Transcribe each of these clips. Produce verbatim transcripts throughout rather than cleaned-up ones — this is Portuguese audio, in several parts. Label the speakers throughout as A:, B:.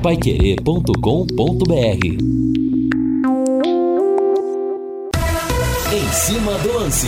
A: paiquerê ponto com ponto br. Em cima do lance.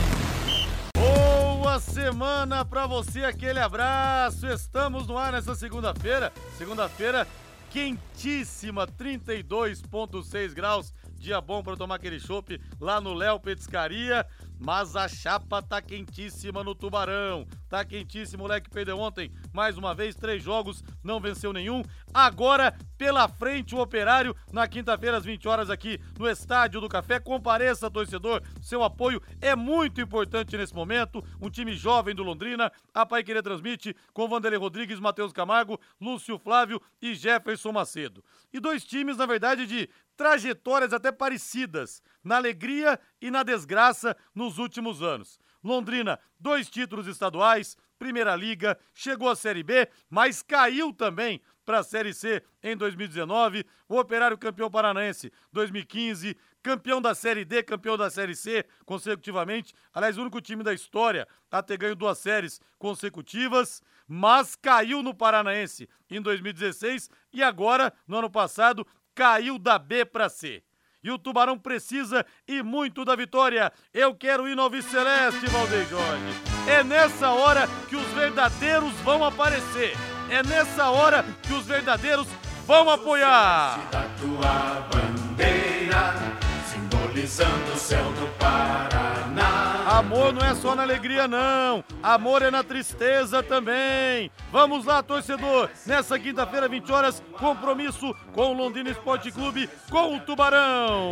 B: Boa semana pra você, aquele abraço. Estamos no ar nessa segunda-feira. Segunda-feira quentíssima, trinta e dois vírgula seis graus. Dia bom pra tomar aquele chopp lá no Léo Petiscaria. Mas a chapa tá quentíssima no Tubarão. Tá quentíssimo, o moleque perdeu ontem. Mais uma vez, três jogos, não venceu nenhum. Agora, pela frente, o Operário, na quinta-feira, às vinte horas, aqui no Estádio do Café. Compareça, torcedor. Seu apoio é muito importante nesse momento. Um time jovem do Londrina. A Paiquerê transmite com Vanderlei Rodrigues, Matheus Camargo, Lúcio Flávio e Jefferson Macedo. E dois times, na verdade, de trajetórias até parecidas, na alegria e na desgraça nos últimos anos. Londrina, dois títulos estaduais, Primeira Liga, chegou à Série B, mas caiu também para a Série C em dois mil e dezenove. O Operário campeão paranaense dois mil e quinze, campeão da Série D, campeão da Série C consecutivamente. Aliás, o único time da história a ter ganho duas séries consecutivas, mas caiu no Paranaense em dois mil e dezesseis e agora, no ano passado, caiu da B para C. E o Tubarão precisa e muito da vitória. Eu quero ir no Alvi Celeste, Valdeir Jorge. É nessa hora que os verdadeiros vão aparecer. É nessa hora que os verdadeiros vão apoiar.
C: Da tua bandeira, simbolizando o céu do Paraná.
B: Amor não é só na alegria, não. Amor é na tristeza também. Vamos lá, torcedor. Nessa quinta-feira, vinte horas, compromisso com o Londrina Esporte Clube, com o Tubarão.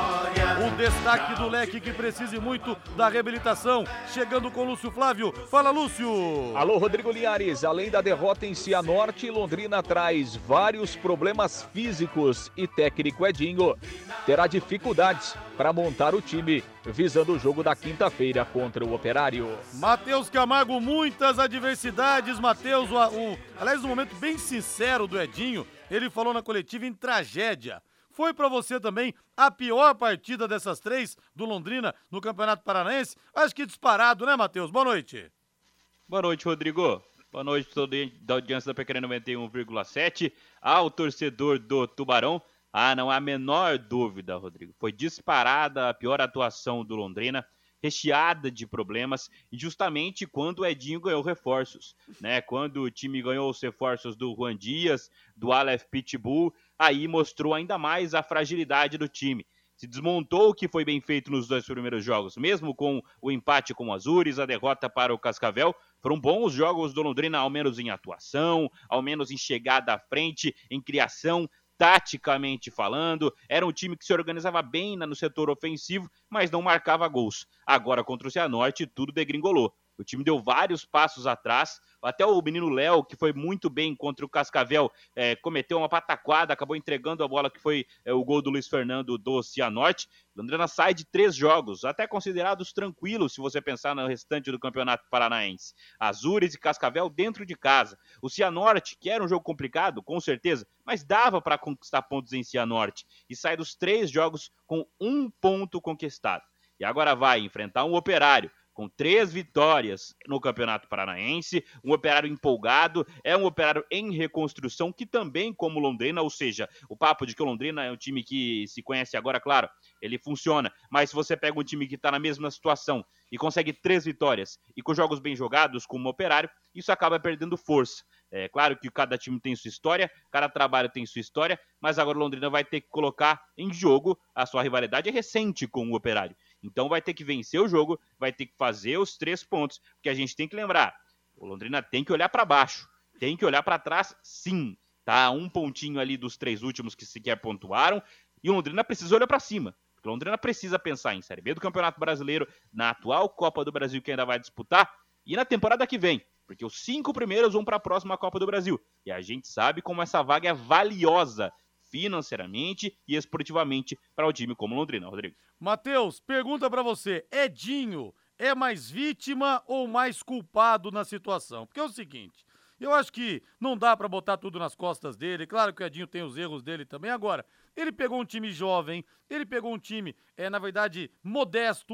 B: O destaque do leque que precise muito da reabilitação. Chegando com Lúcio Flávio. Fala, Lúcio.
D: Alô, Rodrigo Linhares. Além da derrota em Cianorte, Londrina traz vários problemas físicos e técnico Edinho terá dificuldades para montar o time visando o jogo da quinta-feira contra o Operário.
B: Matheus Camargo, muitas adversidades, Matheus, o, o, aliás, um momento bem sincero do Edinho, ele falou na coletiva em tragédia. Foi pra você também a pior partida dessas três do Londrina no Campeonato Paranaense? Acho que disparado, né, Matheus? Boa noite.
E: Boa noite, Rodrigo. Boa noite a toda da audiência da Paiquerê noventa e um vírgula sete. Ao torcedor do Tubarão. Ah, não há a menor dúvida, Rodrigo. Foi disparada a pior atuação do Londrina, recheada de problemas, e justamente quando o Edinho ganhou reforços, né? Quando o time ganhou os reforços do Juan Dias, do Aleph Pitbull, aí mostrou ainda mais a fragilidade do time. Se desmontou o que foi bem feito nos dois primeiros jogos, mesmo com o empate com o Azures, a derrota para o Cascavel. Foram bons jogos do Londrina, ao menos em atuação, ao menos em chegada à frente, em criação, taticamente falando. Era um time que se organizava bem no setor ofensivo, mas não marcava gols. Agora, contra o Cianorte, tudo degringolou. O time deu vários passos atrás, até o menino Léo, que foi muito bem contra o Cascavel, é, cometeu uma pataquada, acabou entregando a bola, que foi é, o gol do Luiz Fernando do Cianorte. Londrina sai de três jogos, até considerados tranquilos, se você pensar no restante do Campeonato Paranaense. Azures e Cascavel dentro de casa. O Cianorte, que era um jogo complicado, com certeza, mas dava para conquistar pontos em Cianorte. E sai dos três jogos com um ponto conquistado. E agora vai enfrentar um Operário, com três vitórias no Campeonato Paranaense, um Operário empolgado, é um Operário em reconstrução, que também, como Londrina, ou seja, o papo de que o Londrina é um time que se conhece agora, claro, ele funciona, mas se você pega um time que está na mesma situação e consegue três vitórias, e com jogos bem jogados, como o Operário, isso acaba perdendo força. É claro que cada time tem sua história, cada trabalho tem sua história, mas agora o Londrina vai ter que colocar em jogo a sua rivalidade recente com o Operário. Então vai ter que vencer o jogo, vai ter que fazer os três pontos, porque a gente tem que lembrar, o Londrina tem que olhar para baixo, tem que olhar para trás sim, tá? Um pontinho ali dos três últimos que sequer pontuaram, e o Londrina precisa olhar para cima, porque o Londrina precisa pensar em Série B do Campeonato Brasileiro, na atual Copa do Brasil que ainda vai disputar, e na temporada que vem, porque os cinco primeiros vão para a próxima Copa do Brasil, e a gente sabe como essa vaga é valiosa, financeiramente e esportivamente para o time como Londrina, Rodrigo.
B: Matheus, pergunta para você, Edinho é mais vítima ou mais culpado na situação? Porque é o seguinte, eu acho que não dá para botar tudo nas costas dele, claro que o Edinho tem os erros dele também. Agora, ele pegou um time jovem, ele pegou um time, é, na verdade, modesto,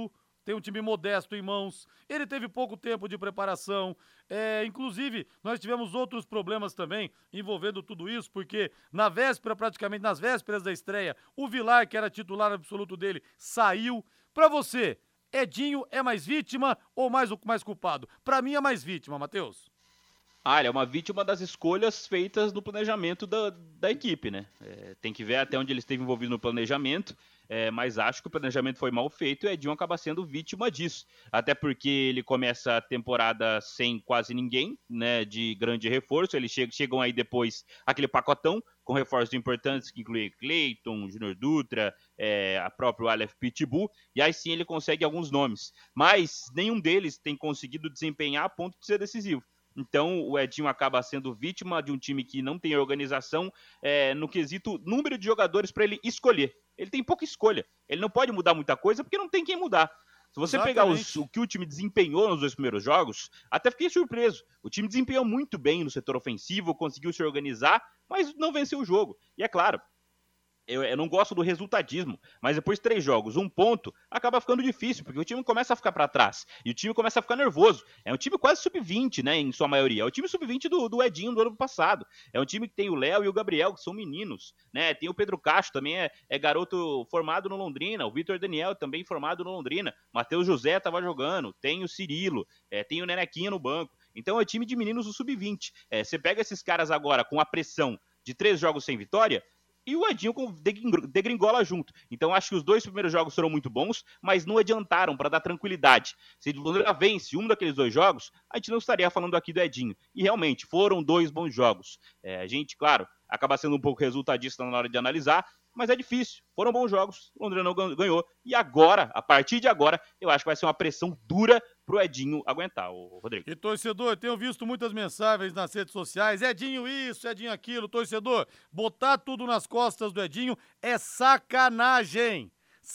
B: tem um time modesto em mãos, ele teve pouco tempo de preparação, é, inclusive nós tivemos outros problemas também envolvendo tudo isso, porque na véspera, praticamente nas vésperas da estreia, o Vilar, que era titular absoluto dele, saiu. Pra você, Edinho é mais vítima ou mais, mais culpado? Pra mim é mais vítima, Matheus.
E: Ah, ele é uma vítima das escolhas feitas no planejamento da, da equipe, né? É, tem que ver até onde ele esteve envolvido no planejamento, é, mas acho que o planejamento foi mal feito e o Edinho acaba sendo vítima disso. Até porque ele começa a temporada sem quase ninguém, né, de grande reforço. Eles chegam, chegam aí depois aquele pacotão com reforços importantes que incluem Cleiton, Júnior Dutra, é, a própria Aleph Pitbull, e aí sim ele consegue alguns nomes. Mas nenhum deles tem conseguido desempenhar a ponto de ser decisivo. Então o Edinho acaba sendo vítima de um time que não tem organização é, no quesito número de jogadores para ele escolher. Ele tem pouca escolha. Ele não pode mudar muita coisa porque não tem quem mudar. Se você Exatamente. pegar os, o que o time desempenhou nos dois primeiros jogos, até fiquei surpreso. O time desempenhou muito bem no setor ofensivo, conseguiu se organizar, mas não venceu o jogo. E é claro, Eu, eu não gosto do resultadismo, mas depois de três jogos, um ponto, acaba ficando difícil, porque o time começa a ficar para trás, e o time começa a ficar nervoso. É um time quase sub vinte, né, em sua maioria. É o time sub vinte do, do Edinho do ano passado. É um time que tem o Léo e o Gabriel, que são meninos, né, tem o Pedro Castro, também é, é garoto formado no Londrina, o Vitor Daniel também formado no Londrina, Matheus José estava jogando, tem o Cirilo, é, tem o Nenequinha no banco. Então é time de meninos do sub vinte. É, você pega esses caras agora com a pressão de três jogos sem vitória, e o Edinho degringola junto. Então acho que os dois primeiros jogos foram muito bons, mas não adiantaram para dar tranquilidade. Se o Londrina vence um daqueles dois jogos, a gente não estaria falando aqui do Edinho. E realmente, foram dois bons jogos. É, a gente, claro, acaba sendo um pouco resultadista na hora de analisar, mas é difícil. Foram bons jogos, o Londrina não ganhou. E agora, a partir de agora, eu acho que vai ser uma pressão dura pro Edinho aguentar, o Rodrigo.
B: E torcedor, tenho visto muitas mensagens nas redes sociais, Edinho isso, Edinho aquilo, torcedor, botar tudo nas costas do Edinho é sacanagem,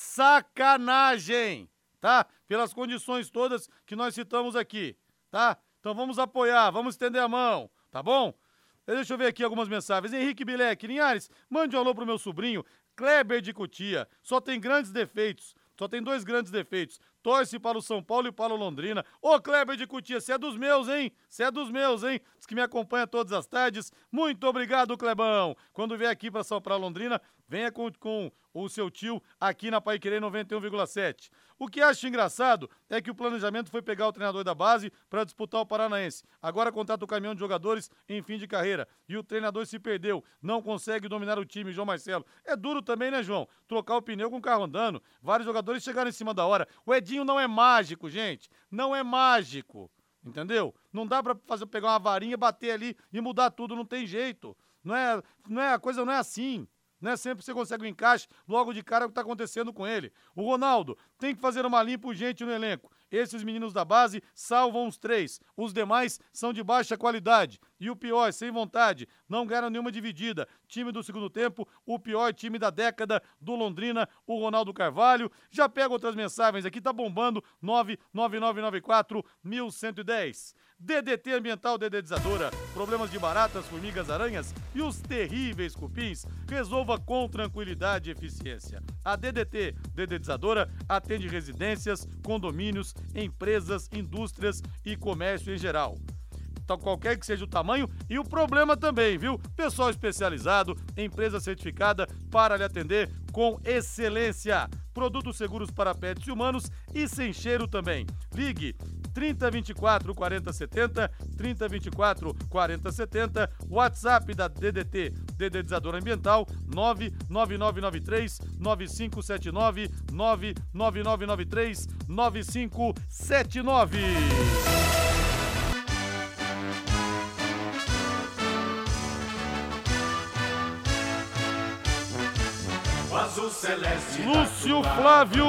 B: sacanagem, tá? Pelas condições todas que nós citamos aqui, tá? Então vamos apoiar, vamos estender a mão, tá bom? Deixa eu ver aqui algumas mensagens. Henrique Bilek, Linhares, mande um alô pro meu sobrinho, Kleber de Cotia, só tem grandes defeitos, só tem dois grandes defeitos, torce para o São Paulo e para o Londrina. Ô Kleber de Cotia, você é dos meus, hein? Você é dos meus, hein? Diz que me acompanha todas as tardes. Muito obrigado, Clebão. Quando vier aqui para São Paulo, Londrina, venha com, com o seu tio aqui na Paiquerê noventa e um vírgula sete. O que acho engraçado é que o planejamento foi pegar o treinador da base para disputar o Paranaense. Agora contrata o caminhão de jogadores em fim de carreira. E o treinador se perdeu. Não consegue dominar o time, João Marcelo. É duro também, né, João? Trocar o pneu com o carro andando. Vários jogadores chegaram em cima da hora. O Edinho não é mágico, gente. Não é mágico. Entendeu? Não dá pra fazer, pegar uma varinha, bater ali e mudar tudo. Não tem jeito. Não é, não é, a coisa não é assim. Não é sempre que você consegue um encaixe logo de cara o que está acontecendo com ele. O Ronaldo tem que fazer uma limpa urgente no elenco. Esses meninos da base salvam os três. Os demais são de baixa qualidade. E o pior, sem vontade, não ganharam nenhuma dividida. Time do segundo tempo, o pior time da década do Londrina, o Ronaldo Carvalho. Já pega outras mensagens aqui, tá bombando, nove nove nove nove quatro um um um zero. D D T Ambiental Dedetizadora. Problemas de baratas, formigas, aranhas e os terríveis cupins. Resolva com tranquilidade e eficiência. A D D T Dedetizadora atende residências, condomínios, empresas, indústrias e comércio em geral. Então, qualquer que seja o tamanho e o problema também, viu? Pessoal especializado, empresa certificada para lhe atender com excelência. Produtos seguros para pets e humanos e sem cheiro também. Ligue trinta, vinte e quatro, quarenta, setenta, trinta, vinte e quatro, quarenta, setenta, WhatsApp da D D T, Dedetizadora Ambiental, nove nove nove nove três, nove cinco sete nove, nove nove nove nove três, nove cinco sete nove. Lúcio Flávio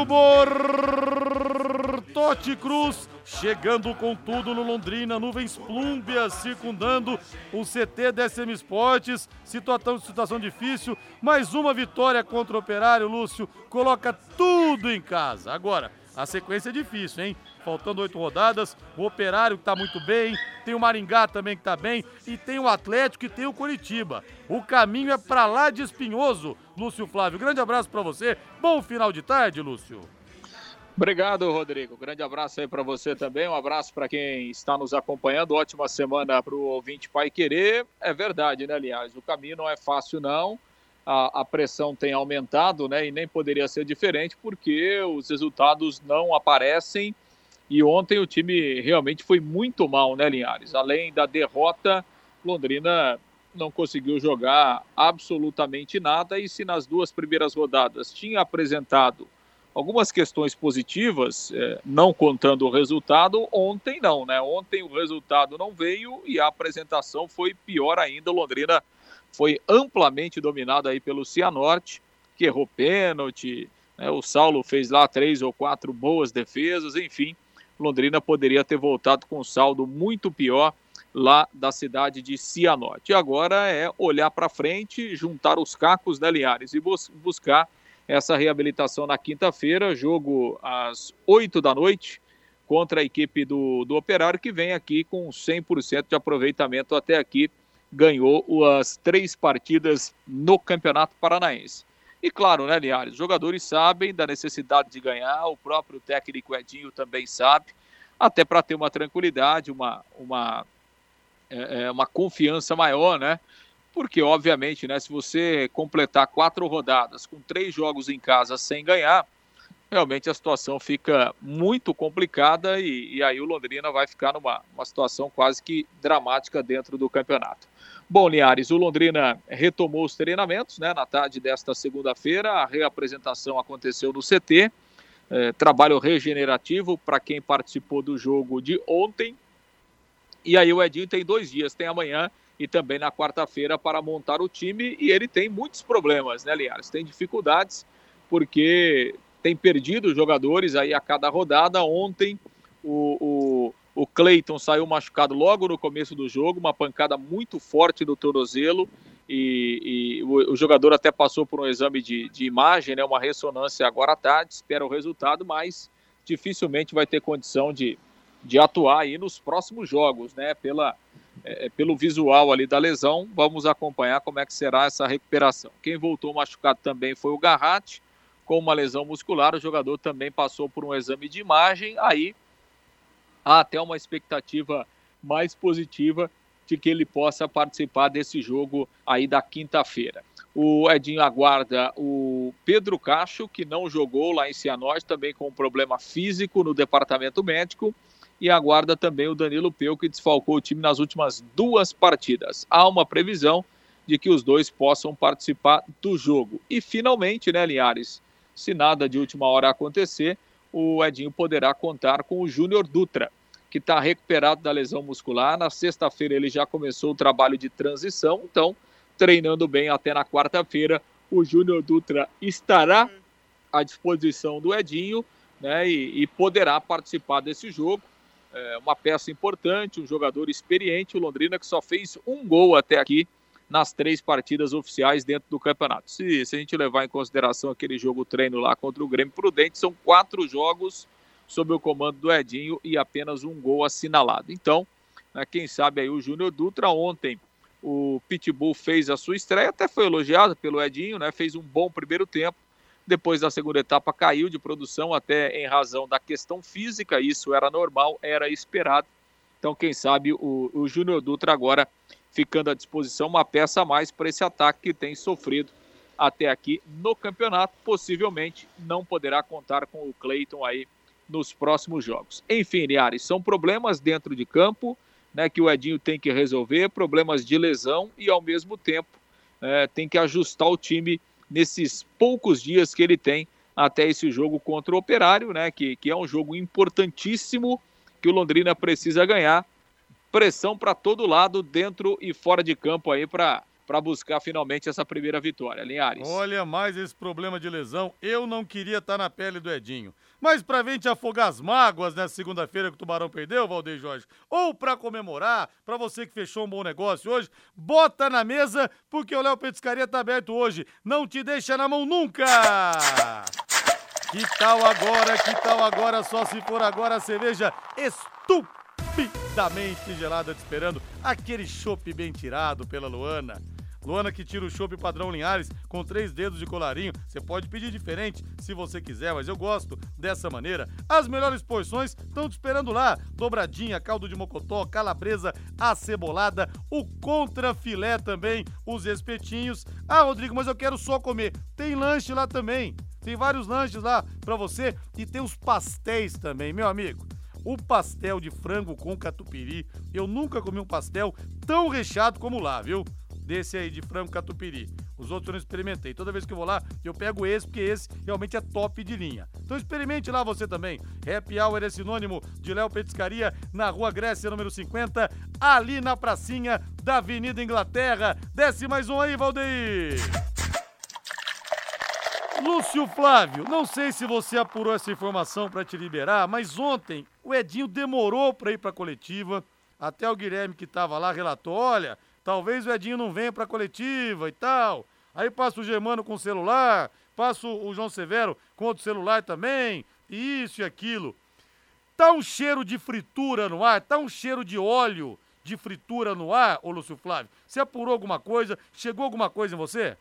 B: Bortotti Cruz chegando com tudo no Londrina, nuvens plúmbias circundando o C T da S M Esportes, situação, situação difícil, mais uma vitória contra o Operário, Lúcio, coloca tudo em casa. Agora, a sequência é difícil, hein? Faltando oito rodadas, o Operário que tá muito bem, tem o Maringá também que tá bem, e tem o Atlético e tem o Coritiba. O caminho é pra lá de espinhoso, Lúcio Flávio. Grande abraço pra você, bom final de tarde, Lúcio.
D: Obrigado, Rodrigo. Grande abraço aí para você também. Um abraço para quem está nos acompanhando. Ótima semana para o ouvinte Pai Querer. É verdade, né, aliás? O caminho não é fácil, não. A, a pressão tem aumentado, né? E nem poderia ser diferente porque os resultados não aparecem. E ontem o time realmente foi muito mal, né, Linhares? Além da derrota, Londrina não conseguiu jogar absolutamente nada. E se nas duas primeiras rodadas tinha apresentado algumas questões positivas, eh, não contando o resultado, ontem não, né? Ontem o resultado não veio e a apresentação foi pior ainda. O Londrina foi amplamente dominado aí pelo Cianorte, que errou pênalti, né? O Saulo fez lá três ou quatro boas defesas, enfim, Londrina poderia ter voltado com um saldo muito pior lá da cidade de Cianorte. E agora é olhar para frente, juntar os cacos, né, Linhares, e bus- buscar essa reabilitação na quinta-feira, jogo às oito da noite, contra a equipe do, do Operário, que vem aqui com cem por cento de aproveitamento até aqui, ganhou as três partidas no Campeonato Paranaense. E claro, né, Linhares, os jogadores sabem da necessidade de ganhar, o próprio técnico Edinho também sabe, até para ter uma tranquilidade, uma, uma, é, uma confiança maior, né? Porque, obviamente, né, se você completar quatro rodadas com três jogos em casa sem ganhar, realmente a situação fica muito complicada e, e aí o Londrina vai ficar numa uma situação quase que dramática dentro do campeonato. Bom, Linhares, o Londrina retomou os treinamentos, né, na tarde desta segunda-feira. A reapresentação aconteceu no C T, é, trabalho regenerativo para quem participou do jogo de ontem. E aí o Edinho tem dois dias, tem amanhã e também na quarta-feira para montar o time, e ele tem muitos problemas, né, Linhares? Tem dificuldades, porque tem perdido jogadores aí a cada rodada. Ontem o, o, o Cleiton saiu machucado logo no começo do jogo, uma pancada muito forte no tornozelo, e, e o, o jogador até passou por um exame de, de imagem, né, uma ressonância agora à tarde, espera o resultado, mas dificilmente vai ter condição de, de atuar aí nos próximos jogos, né, pela... É, pelo visual ali da lesão. Vamos acompanhar como é que será essa recuperação. Quem voltou machucado também foi o Garratti, com uma lesão muscular. O jogador também passou por um exame de imagem. Aí há até uma expectativa mais positiva de que ele possa participar desse jogo aí da quinta-feira. O Edinho aguarda o Pedro Cacho, que não jogou lá em Cianorte, também com um problema físico no departamento médico, e aguarda também o Danilo Peu, que desfalcou o time nas últimas duas partidas. Há uma previsão de que os dois possam participar do jogo. E finalmente, né, Linhares, se nada de última hora acontecer, o Edinho poderá contar com o Júnior Dutra, que está recuperado da lesão muscular. Na sexta-feira ele já começou o trabalho de transição, então, treinando bem até na quarta-feira, o Júnior Dutra estará à disposição do Edinho, né, e, e poderá participar desse jogo. É uma peça importante, um jogador experiente, o Londrina, que só fez um gol até aqui nas três partidas oficiais dentro do campeonato. Se, se a gente levar em consideração aquele jogo treino lá contra o Grêmio Prudente, são quatro jogos sob o comando do Edinho e apenas um gol assinalado. Então, né, quem sabe aí o Júnior Dutra. Ontem o Pitbull fez a sua estreia, até foi elogiado pelo Edinho, né, fez um bom primeiro tempo. Depois da segunda etapa caiu de produção, até em razão da questão física. Isso era normal, era esperado. Então, quem sabe o, o Júnior Dutra agora ficando à disposição, uma peça a mais para esse ataque que tem sofrido até aqui no campeonato. Possivelmente não poderá contar com o Cleiton aí nos próximos jogos. Enfim, Linhares, são problemas dentro de campo, né, que o Edinho tem que resolver, problemas de lesão e, ao mesmo tempo, é, tem que ajustar o time nesses poucos dias que ele tem até esse jogo contra o Operário, né, que, que é um jogo importantíssimo, que o Londrina precisa ganhar. Pressão para todo lado, dentro e fora de campo aí, para para buscar finalmente essa primeira vitória. Linhares.
B: Olha, mais esse problema de lesão, eu não queria estar na pele do Edinho. Mas pra gente afogar as mágoas nessa segunda-feira que o Tubarão perdeu, Valdeir Jorge, ou pra comemorar, pra você que fechou um bom negócio hoje, bota na mesa, porque o Léo Petiscaria tá aberto hoje. Não te deixa na mão nunca! Que tal agora, que tal agora, só se for agora a cerveja estupidamente gelada te esperando, aquele chopp bem tirado pela Luana. Luana que tira o chopp padrão Linhares com três dedos de colarinho. Você pode pedir diferente se você quiser, mas eu gosto dessa maneira. As melhores porções estão te esperando lá. Dobradinha, caldo de mocotó, calabresa acebolada, o contrafilé também, os espetinhos. Ah, Rodrigo, mas eu quero só comer. Tem lanche lá também. Tem vários lanches lá pra você e tem os pastéis também, meu amigo. O pastel de frango com catupiry, eu nunca comi um pastel tão recheado como lá, viu? Desse aí de frango catupiry. Os outros eu não experimentei. Toda vez que eu vou lá, eu pego esse, porque esse realmente é top de linha. Então experimente lá você também. Happy Hour é sinônimo de Léo Petiscaria, na Rua Grécia, número cinquenta, ali na pracinha da Avenida Inglaterra. Desce mais um aí, Valdeir! Lúcio Flávio, não sei se você apurou essa informação para te liberar, mas ontem o Edinho demorou para ir para a coletiva. Até o Guilherme que estava lá relatou, olha, talvez o Edinho não venha para a coletiva e tal. Aí passa o Germano com o celular, passa o João Severo com outro celular também, e isso e aquilo. Tá um cheiro de fritura no ar, tá um cheiro de óleo de fritura no ar, ô Lúcio Flávio. Você apurou alguma coisa? Chegou alguma coisa em você?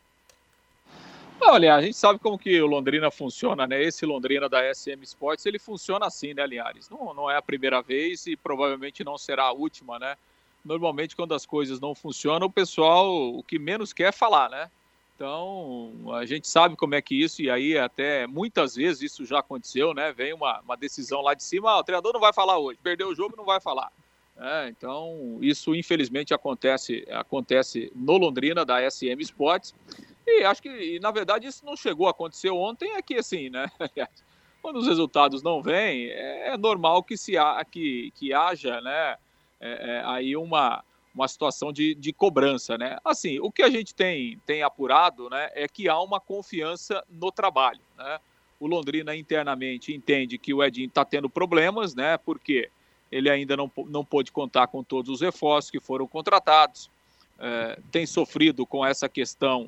D: Olha, a gente sabe como que o Londrina funciona, né? Esse Londrina da S M Sports, ele funciona assim, né, Linhares? Não, não é a primeira vez e provavelmente não será a última, né? Normalmente, quando as coisas não funcionam, o pessoal, o que menos quer é falar, né? Então, a gente sabe como é que isso, e aí até muitas vezes isso já aconteceu, né? Vem uma, uma decisão lá de cima, ah, o treinador não vai falar hoje, perdeu o jogo, não vai falar. É, então, isso infelizmente acontece, acontece no Londrina da S M Sports. E acho que, e, na verdade, isso não chegou a acontecer ontem, é que assim, né? Quando os resultados não vêm, é, é normal que, se ha, que, que haja, né? É, é, aí uma, uma situação de, de cobrança, né? Assim, o que a gente tem, tem apurado, né? É que há uma confiança no trabalho, né? O Londrina internamente entende que o Edinho está tendo problemas, né? Porque ele ainda não, não pôde contar com todos os reforços que foram contratados, é, tem sofrido com essa questão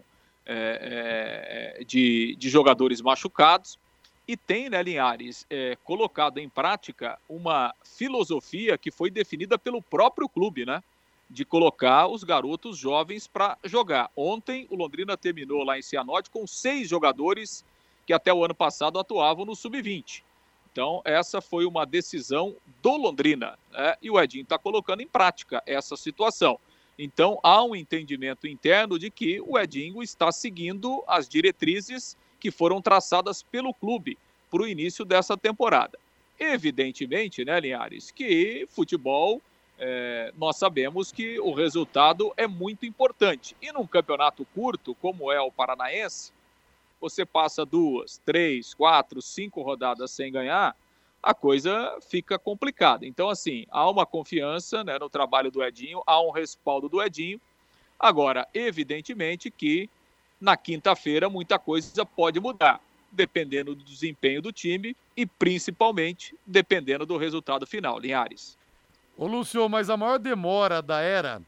D: É, é, de, de jogadores machucados e tem, né, Linhares, é, colocado em prática uma filosofia que foi definida pelo próprio clube, né, de colocar os garotos jovens para jogar. Ontem o Londrina terminou lá em Cianorte com seis jogadores que até o ano passado atuavam no sub vinte. Então essa foi uma decisão do Londrina, né, e o Edinho está colocando em prática essa situação. Então, há um entendimento interno de que o Edinho está seguindo as diretrizes que foram traçadas pelo clube para o início dessa temporada. Evidentemente, né, Linhares, que futebol, é, nós sabemos que o resultado é muito importante. E num campeonato curto, como é o Paranaense, você passa duas, três, quatro, cinco rodadas sem ganhar, a coisa fica complicada. Então, assim, há uma confiança, né, no trabalho do Edinho, há um respaldo do Edinho. Agora, evidentemente que na quinta-feira muita coisa pode mudar, dependendo do desempenho do time e principalmente dependendo do resultado final. Linhares.
B: Ô Lúcio, mas a maior demora da era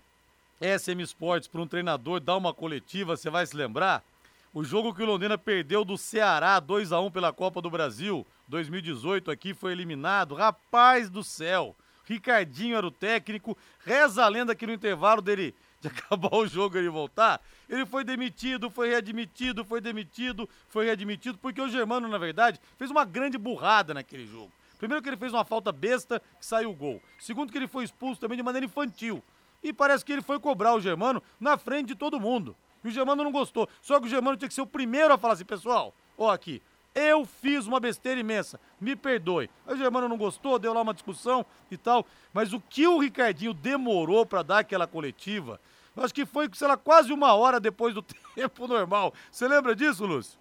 B: S M Sports para um treinador dar uma coletiva, você vai se lembrar? O jogo que o Londrina perdeu do Ceará dois a um pela Copa do Brasil, dois mil e dezoito aqui, foi eliminado. Rapaz do céu, Ricardinho era o técnico, reza a lenda que no intervalo dele de acabar o jogo ele voltar, ele foi demitido, foi readmitido, foi demitido, foi readmitido, porque o Germano, na verdade, fez uma grande burrada naquele jogo. Primeiro que ele fez uma falta besta que saiu o gol. Segundo que ele foi expulso também de maneira infantil. E parece que ele foi cobrar o Germano na frente de todo mundo. E o Germano não gostou. Só que o Germano tinha que ser o primeiro a falar assim, pessoal, ó aqui, eu fiz uma besteira imensa, me perdoe. Aí o Germano não gostou, deu lá uma discussão e tal. Mas o que o Ricardinho demorou pra dar aquela coletiva, eu acho que foi, sei lá, quase uma hora depois do tempo normal. Você lembra disso, Lúcio?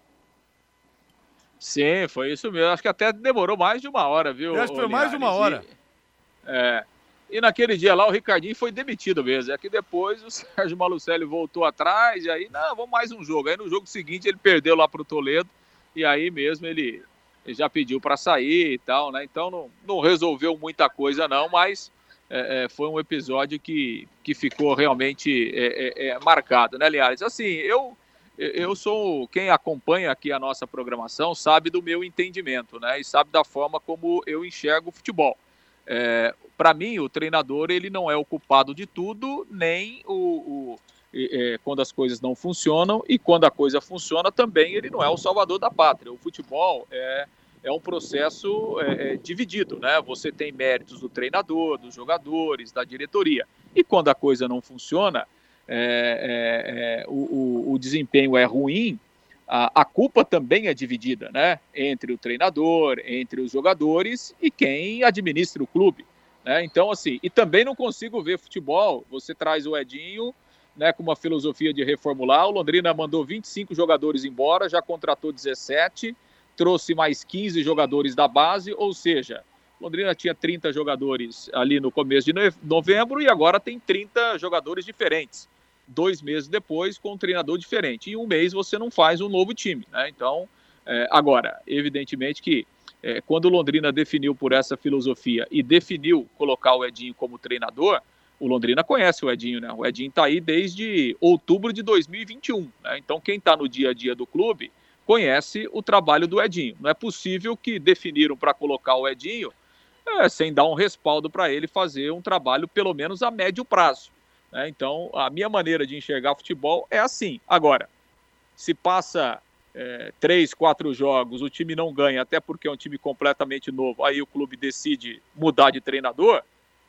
D: Sim, foi isso mesmo. Acho que até demorou mais de uma hora, viu?
B: Eu acho que foi mais de uma hora.
D: E, é, e naquele dia lá o Ricardinho foi demitido mesmo. É que depois o Sérgio Malucelli voltou atrás e aí, não, vamos mais um jogo. Aí no jogo seguinte ele perdeu lá pro Toledo e aí mesmo ele, ele já pediu para sair e tal, né? Então não, não resolveu muita coisa não, mas é, é, foi um episódio que, que ficou realmente é, é, é, marcado, né, Linhares? Assim, eu... Eu sou, quem acompanha aqui a nossa programação sabe do meu entendimento, né? E sabe da forma como eu enxergo o futebol. É, para mim, o treinador ele não é o culpado de tudo, nem o, o, é, quando as coisas não funcionam, e quando a coisa funciona também ele não é o salvador da pátria. O futebol é, é um processo é, é, dividido, né? Você tem méritos do treinador, dos jogadores, da diretoria, e quando a coisa não funciona, é, é, é, o, o, o desempenho é ruim, a, a culpa também é dividida, né? Entre o treinador, entre os jogadores e quem administra o clube. Né? Então, assim, e também não consigo ver futebol. Você traz o Edinho, né, com uma filosofia de reformular. O Londrina mandou vinte e cinco jogadores embora, já contratou dezessete, trouxe mais quinze jogadores da base, ou seja, Londrina tinha trinta jogadores ali no começo de novembro e agora tem trinta jogadores diferentes. Dois meses depois, com um treinador diferente. Em um mês você não faz um novo time. Né? Então, é, agora, evidentemente que É, quando o Londrina definiu por essa filosofia e definiu colocar o Edinho como treinador, o Londrina conhece o Edinho, né? O Edinho está aí desde outubro de dois mil e vinte e um, né? Então quem está no dia a dia do clube conhece o trabalho do Edinho. Não é possível que definiram para colocar o Edinho é, sem dar um respaldo para ele fazer um trabalho pelo menos a médio prazo. Né? Então a minha maneira de enxergar futebol é assim. Agora, se passa... É, três, quatro jogos, o time não ganha, até porque é um time completamente novo, aí o clube decide mudar de treinador,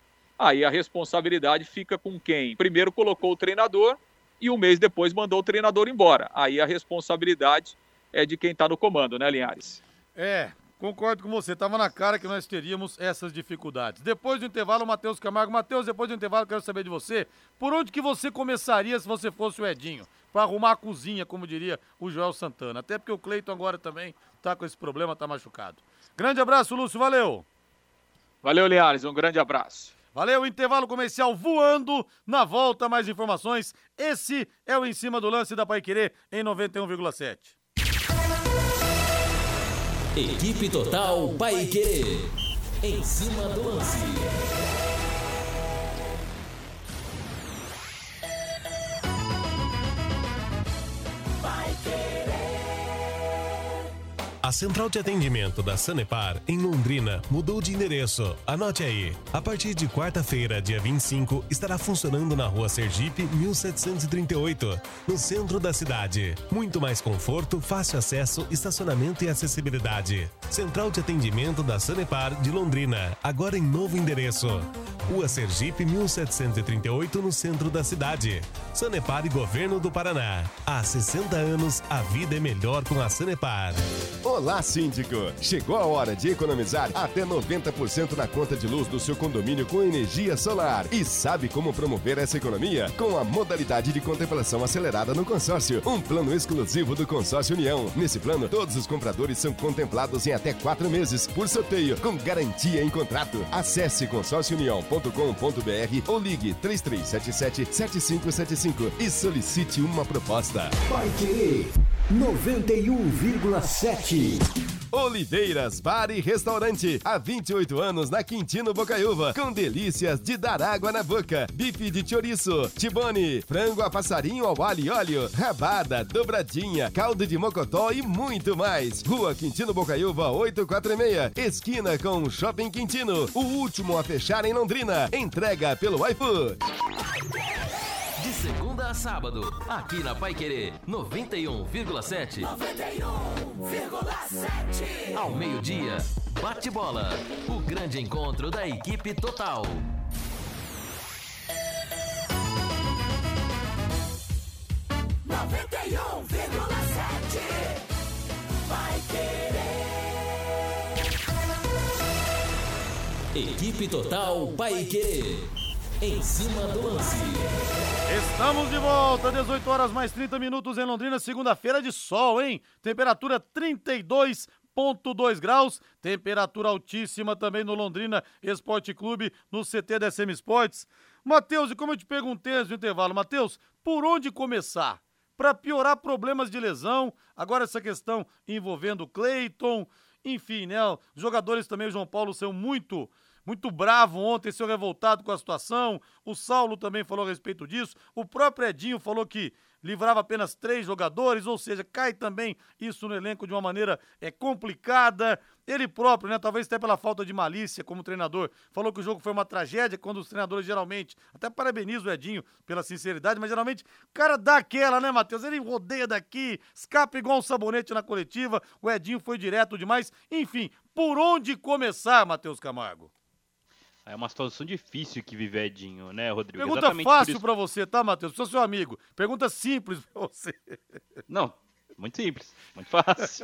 D: aí a responsabilidade fica com quem? Primeiro colocou o treinador e um mês depois mandou o treinador embora. Aí a responsabilidade é de quem está no comando, né, Linhares?
B: É, concordo com você. Tava na cara que nós teríamos essas dificuldades. Depois do intervalo, o Matheus Camargo. Matheus, depois do intervalo, quero saber de você. Por onde que você começaria se você fosse o Edinho? Para arrumar a cozinha, como diria o Joel Santana. Até porque o Cleiton agora também tá com esse problema, tá machucado. Grande abraço, Lúcio, valeu!
D: Valeu, Linhares, um grande abraço.
B: Valeu, intervalo comercial voando. Na volta, mais informações. Esse é o Em Cima do Lance da Paiquerê em noventa e um vírgula sete.
A: Equipe Total Paiquerê. Em Cima do Lance.
F: A central de atendimento da Sanepar, em Londrina, mudou de endereço. Anote aí. A partir de quarta-feira, dia vinte e cinco, estará funcionando na rua Sergipe, mil setecentos e trinta e oito, no centro da cidade. Muito mais conforto, fácil acesso, estacionamento e acessibilidade. Central de atendimento da Sanepar de Londrina, agora em novo endereço. Rua Sergipe, mil setecentos e trinta e oito, no centro da cidade. Sanepar e Governo do Paraná. Há sessenta anos, a vida é melhor com a Sanepar.
G: Olá, síndico! Chegou a hora de economizar até noventa por cento na conta de luz do seu condomínio com energia solar. E sabe como promover essa economia? Com a modalidade de contemplação acelerada no consórcio, um plano exclusivo do Consórcio União. Nesse plano, todos os compradores são contemplados em até quatro meses, por sorteio, com garantia em contrato. Acesse consórcio união ponto com ponto b r ou ligue três três sete sete, sete cinco sete cinco e solicite uma proposta.
H: Vai querer noventa e um vírgula sete.
G: Oliveiras Bar e Restaurante, há vinte e oito anos na Quintino Bocaiúva, com delícias de dar água na boca, bife de chouriço, tibone, frango a passarinho ao alho e óleo, rabada, dobradinha, caldo de mocotó e muito mais. Rua Quintino Bocaiúva oitocentos e quarenta e seis, esquina com o Shopping Quintino, o último a fechar em Londrina. Entrega pelo iFood.
A: De segunda a sábado, aqui na Paiquerê, noventa e um vírgula sete.
H: noventa e um vírgula sete.
A: Ao meio-dia, bate-bola, o grande encontro da equipe total.
H: noventa e um vírgula sete. Paiquerê.
A: Equipe Total Paiquerê. Em Cima do Lance.
B: Estamos de volta, dezoito horas mais trinta minutos em Londrina, segunda-feira de sol, hein? Temperatura trinta e dois vírgula dois graus, temperatura altíssima também no Londrina Esporte Clube, no C T da S M Sports. Matheus, e como eu te perguntei antes do intervalo, Matheus, por onde começar? Para piorar problemas de lesão, agora essa questão envolvendo o Cleiton, enfim, né? Os jogadores também, o João Paulo, são muito... muito bravo ontem, seu revoltado com a situação. O Saulo também falou a respeito disso. O próprio Edinho falou que livrava apenas três jogadores, ou seja, cai também isso no elenco de uma maneira é, complicada. Ele próprio, né, talvez até pela falta de malícia como treinador, falou que o jogo foi uma tragédia, quando os treinadores geralmente, até parabenizo o Edinho pela sinceridade, mas geralmente o cara dá aquela, né, Matheus? Ele rodeia daqui, escapa igual um sabonete na coletiva, o Edinho foi direto demais. Enfim, por onde começar, Matheus Camargo?
E: É uma situação difícil que vive Edinho, né, Rodrigo?
B: Pergunta
E: Exatamente
B: fácil
E: isso...
B: pra você, tá, Matheus? Sou seu amigo. Pergunta simples pra você.
E: Não, muito simples, muito fácil.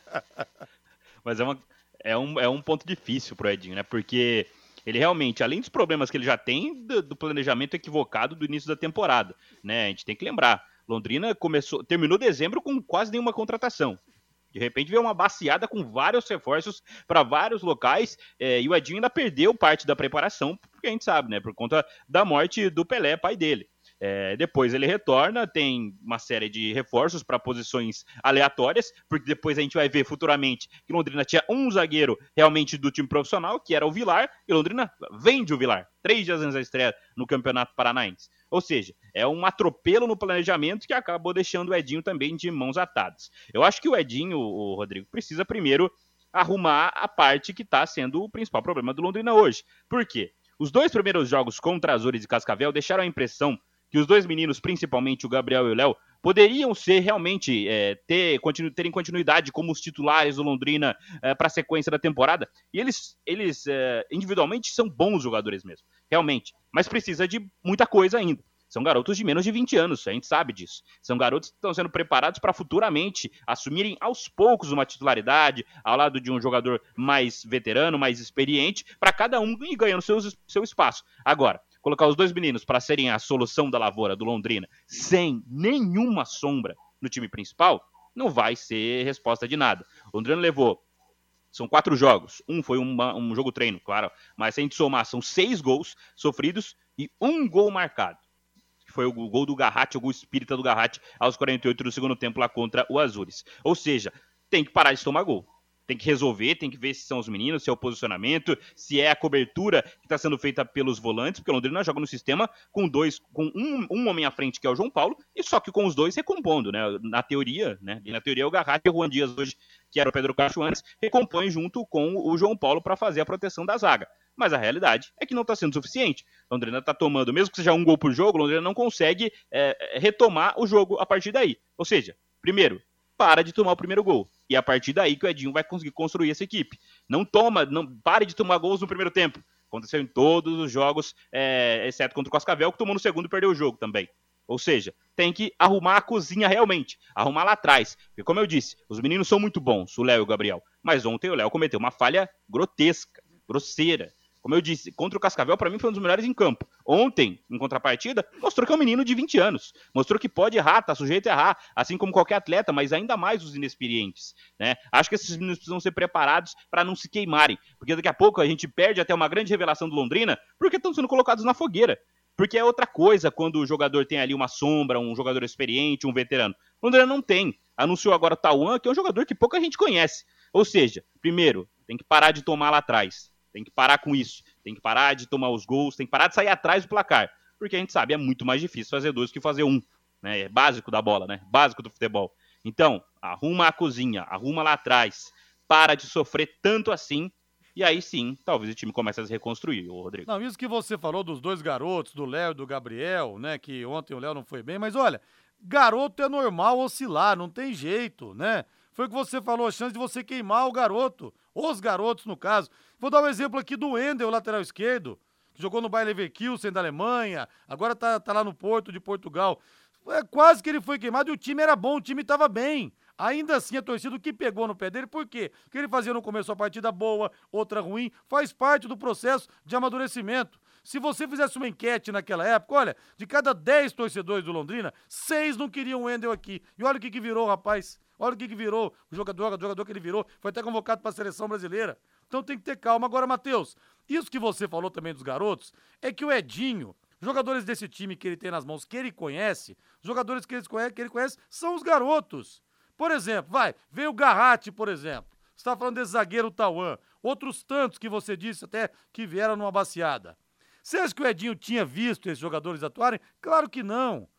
E: Mas é, uma, é, um, é um ponto difícil pro Edinho, né? Porque ele realmente, além dos problemas que ele já tem do, do planejamento equivocado do início da temporada, né? A gente tem que lembrar, Londrina começou, terminou dezembro com quase nenhuma contratação. De repente veio uma baciada com vários reforços para vários locais, é, e o Edinho ainda perdeu parte da preparação, porque a gente sabe, né? Por conta da morte do Pelé, pai dele. É, depois ele retorna, tem uma série de reforços para posições aleatórias, porque depois a gente vai ver futuramente que Londrina tinha um zagueiro realmente do time profissional, que era o Vilar, e Londrina vende o Vilar, três dias antes da estreia no Campeonato Paranaense. Ou seja, é um atropelo no planejamento que acabou deixando o Edinho também de mãos atadas. Eu acho que o Edinho, o Rodrigo, precisa primeiro arrumar a parte que está sendo o principal problema do Londrina hoje. Por quê? Os dois primeiros jogos contra Azures e Cascavel deixaram a impressão que os dois meninos, principalmente o Gabriel e o Léo, poderiam ser realmente, é, ter, continu, terem continuidade como os titulares do Londrina é, para a sequência da temporada. E eles, eles é, individualmente, são bons jogadores mesmo, realmente. Mas precisa de muita coisa ainda. São garotos de menos de vinte anos, a gente sabe disso. São garotos que estão sendo preparados para futuramente assumirem aos poucos uma titularidade, ao lado de um jogador mais veterano, mais experiente, para cada um ir ganhando seu, seu espaço. Agora, colocar os dois meninos para serem a solução da lavoura do Londrina sem nenhuma sombra no time principal, não vai ser resposta de nada. O Londrina levou, são quatro jogos, um foi uma, um jogo treino, claro, mas se a gente somar, são seis gols sofridos e um gol marcado. Que foi o gol do Garratti, o gol espírita do Garratti aos quarenta e oito do segundo tempo lá contra o Azures. Ou seja, tem que parar de tomar gol. Tem que resolver, tem que ver se são os meninos, se é o posicionamento, se é a cobertura que está sendo feita pelos volantes, porque o Londrina joga no sistema com dois, com um, um homem à frente, que é o João Paulo, e só que com os dois recompondo, né? Na teoria, né? E na teoria o Garratti e o Juan Dias hoje, que era o Pedro Cacho antes, recompõem junto com o João Paulo para fazer a proteção da zaga. Mas a realidade é que não está sendo suficiente. O Londrina está tomando, mesmo que seja um gol por jogo, o Londrina não consegue é, retomar o jogo a partir daí. Ou seja, primeiro, para de tomar o primeiro gol. E é a partir daí que o Edinho vai conseguir construir essa equipe. Não toma, não pare de tomar gols no primeiro tempo. Aconteceu em todos os jogos, é, exceto contra o Cascavel, que tomou no segundo e perdeu o jogo também. Ou seja, tem que arrumar a cozinha realmente, arrumar lá atrás. Porque, como eu disse, os meninos são muito bons, o Léo e o Gabriel. Mas ontem o Léo cometeu uma falha grotesca, grosseira. Como eu disse, contra o Cascavel, para mim, foi um dos melhores em campo. Ontem, em contrapartida, mostrou que é um menino de vinte anos. Mostrou que pode errar, tá sujeito a errar, assim como qualquer atleta, mas ainda mais os inexperientes, né? Acho que esses meninos precisam ser preparados para não se queimarem, porque daqui a pouco a gente perde até uma grande revelação do Londrina, porque estão sendo colocados na fogueira. Porque é outra coisa quando o jogador tem ali uma sombra, um jogador experiente, um veterano. O Londrina não tem. Anunciou agora o Tauan, que é um jogador que pouca gente conhece. Ou seja, primeiro, tem que parar de tomar lá atrás. Tem que parar com isso, tem que parar de tomar os gols, tem que parar de sair atrás do placar, porque a gente sabe, é muito mais difícil fazer dois que fazer um, né? É básico da bola, né? Básico do futebol. Então, arruma a cozinha, arruma lá atrás, para de sofrer tanto assim, e aí sim, talvez o time comece a se reconstruir, ô Rodrigo.
B: Não, isso que você falou dos dois garotos, do Léo e do Gabriel, né, que ontem o Léo não foi bem, mas olha, garoto é normal oscilar, não tem jeito, né? Foi o que você falou, a chance de você queimar o garoto, os garotos no caso. Vou dar um exemplo aqui do Wendel, lateral esquerdo, que jogou no Bayer Leverkusen da Alemanha, agora tá, tá lá no Porto de Portugal. É, quase que ele foi queimado e o time era bom, o time tava bem. Ainda assim a torcida, o que pegou no pé dele, por quê? Porque ele fazia no começo a partida boa, outra ruim, faz parte do processo de amadurecimento. Se você fizesse uma enquete naquela época, olha, de cada dez torcedores do Londrina, seis não queriam o Wendel aqui. E olha o que que virou, rapaz. Olha o que que virou, o jogador, o jogador que ele virou, foi até convocado para a seleção brasileira. Então tem que ter calma. Agora, Matheus, isso que você falou também dos garotos, é que o Edinho, jogadores desse time que ele tem nas mãos, que ele conhece, jogadores que ele conhece, que ele conhece são os garotos. Por exemplo, vai, veio o Garratti, por exemplo. Você está falando desse zagueiro Tauan, outros tantos que você disse até que vieram numa baciada. Você acha que o Edinho tinha visto esses jogadores atuarem? Claro que não.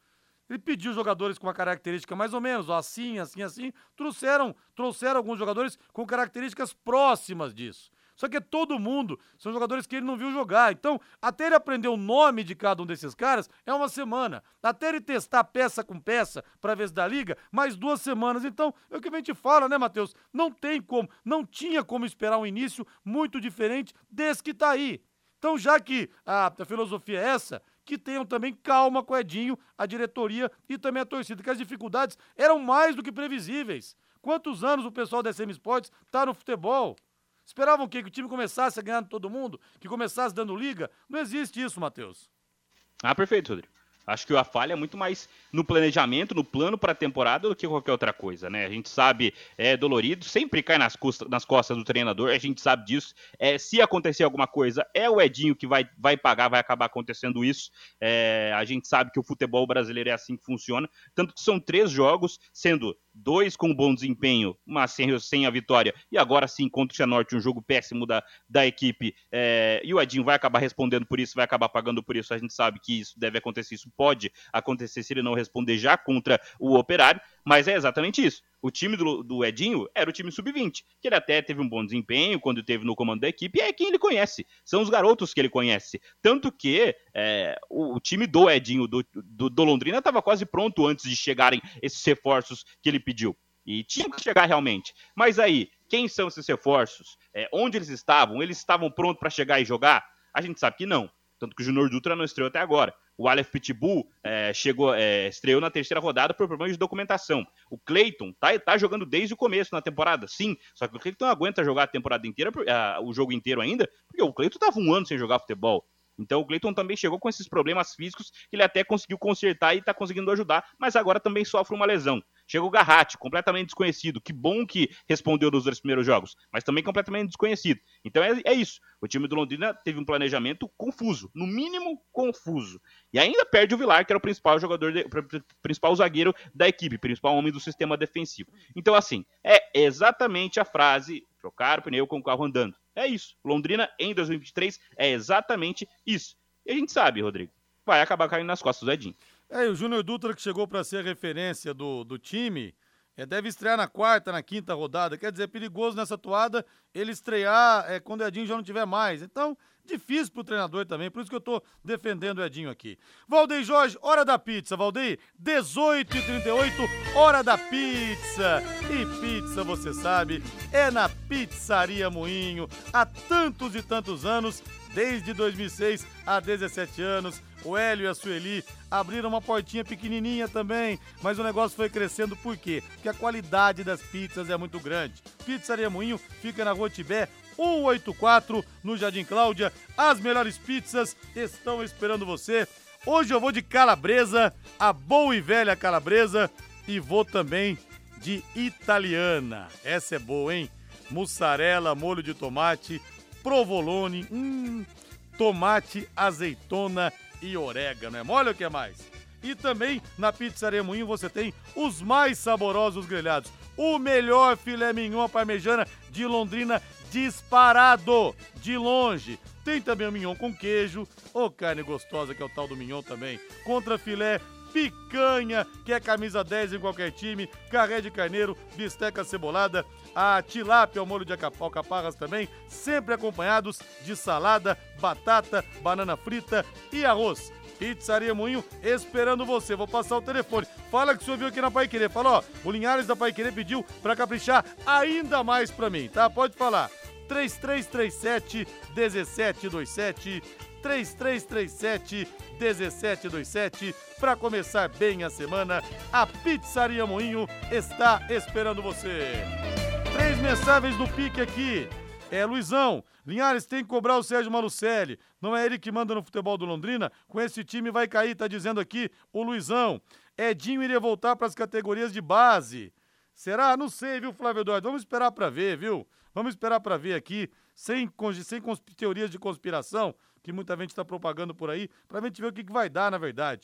B: Ele pediu jogadores com uma característica mais ou menos, ó, assim, assim, assim. Trouxeram, trouxeram alguns jogadores com características próximas disso. Só que todo mundo são jogadores que ele não viu jogar. Então, até ele aprender o nome de cada um desses caras, é uma semana. Até ele testar peça com peça pra ver se dá liga, mais duas semanas. Então, é o que a gente fala, né, Matheus? Não tem como, não tinha como esperar um início muito diferente desse que tá aí. Então, já que a, a filosofia é essa, que tenham também calma com o Edinho, a diretoria e também a torcida, que as dificuldades eram mais do que previsíveis. Quantos anos o pessoal da S M Sports tá no futebol? Esperavam o quê? Que o time começasse a ganhar de todo mundo? Que começasse dando liga? Não existe isso, Matheus.
E: Ah, perfeito, Rodrigo. Acho que a falha é muito mais no planejamento, no plano para a temporada do que qualquer outra coisa, né? A gente sabe, é dolorido, sempre cai nas, costas, nas costas do treinador, a gente sabe disso. É, se acontecer alguma coisa, é o Edinho que vai, vai pagar, vai acabar acontecendo isso. É, a gente sabe que o futebol brasileiro é assim que funciona. Tanto que são três jogos, sendo dois com bom desempenho, mas sem, sem a vitória. E agora sim, contra o Cianorte, um jogo péssimo da, da equipe. É, e o Edinho vai acabar respondendo por isso, vai acabar pagando por isso. A gente sabe que isso deve acontecer, isso pode acontecer se ele não responder já contra o Operário, mas é exatamente isso. O time do, do Edinho era o time sub vinte, que ele até teve um bom desempenho quando esteve no comando da equipe, e é quem ele conhece, são os garotos que ele conhece. Tanto que é, o, o time do Edinho, do, do, do Londrina, estava quase pronto antes de chegarem esses reforços que ele pediu. E tinha que chegar realmente. Mas aí, quem são esses reforços? É, onde eles estavam? Eles estavam prontos para chegar e jogar? A gente sabe que não. Tanto que o Júnior Dutra não estreou até agora. O Aleph Pitbull é, chegou, é, estreou na terceira rodada por problemas de documentação. O Cleiton tá, tá jogando desde o começo na temporada, sim. Só que o Cleiton não aguenta jogar a temporada inteira, a, o jogo inteiro ainda, porque o Cleiton tava um ano sem jogar futebol. Então o Cleiton também chegou com esses problemas físicos que ele até conseguiu consertar e tá conseguindo ajudar, mas agora também sofre uma lesão. Chega o Garratti, completamente desconhecido. Que bom que respondeu nos dois primeiros jogos, mas também completamente desconhecido. Então é, é isso. O time do Londrina teve um planejamento confuso, no mínimo confuso. E ainda perde o Vilar, que era o principal jogador, de, principal zagueiro da equipe, principal homem do sistema defensivo. Então assim, é exatamente a frase, trocar o pneu com o carro andando. É isso. Londrina em dois mil e vinte e três é exatamente isso. E a gente sabe, Rodrigo, vai acabar caindo nas costas do Edinho.
B: É, e o Júnior Dutra, que chegou para ser referência do, do time, é, deve estrear na quarta, na quinta rodada. Quer dizer, é perigoso nessa toada ele estrear é, quando o Edinho já não tiver mais. Então, difícil pro treinador também, por isso que eu tô defendendo o Edinho aqui. Valdeir Jorge, hora da pizza, Valdeir. dezoito e trinta e oito, hora da pizza. E pizza, você sabe, é na Pizzaria Moinho. Há tantos e tantos anos, desde dois mil e seis há dezessete anos, o Hélio e a Sueli abriram uma portinha pequenininha também, mas o negócio foi crescendo, por quê? Porque a qualidade das pizzas é muito grande. Pizzaria Moinho fica na Rua Tibé, cento e oitenta e quatro, no Jardim Cláudia. As melhores pizzas estão esperando você. Hoje eu vou de calabresa, a boa e velha calabresa, e vou também de italiana. Essa é boa, hein? Mussarela, molho de tomate, provolone, hum, tomate, azeitona e orégano. É mole ou o que mais? E também na Pizzaria Moinho você tem os mais saborosos grelhados. O melhor filé mignon parmejana de Londrina disparado, de longe. Tem também o mignon com queijo, ou carne gostosa, que é o tal do mignon também. Contra filé, picanha, que é camisa dez em qualquer time, carré de carneiro, bisteca cebolada, a tilápia ao molho de alcaparras também, sempre acompanhados de salada, batata, banana frita e arroz. Pizzaria Moinho esperando você. Vou passar o telefone. Fala que o senhor viu aqui na Pai Querer. Fala, ó, o Linhares da Pai Querer pediu pra caprichar ainda mais pra mim, tá? Pode falar. três três três sete, um sete dois sete, três três três sete, um sete dois sete. Pra começar bem a semana, a Pizzaria Moinho está esperando você. Três mensagens do Pique aqui. É, Luizão, Linhares tem que cobrar o Sérgio Malucelli. Não é ele que manda no futebol do Londrina? Com esse time vai cair, tá dizendo aqui o Luizão. Edinho iria voltar para as categorias de base. Será? Não sei, viu, Flávio Eduardo? Vamos esperar para ver, viu? Vamos esperar para ver aqui, sem, sem teorias de conspiração, que muita gente está propagando por aí, para a gente ver o que, que vai dar, na verdade.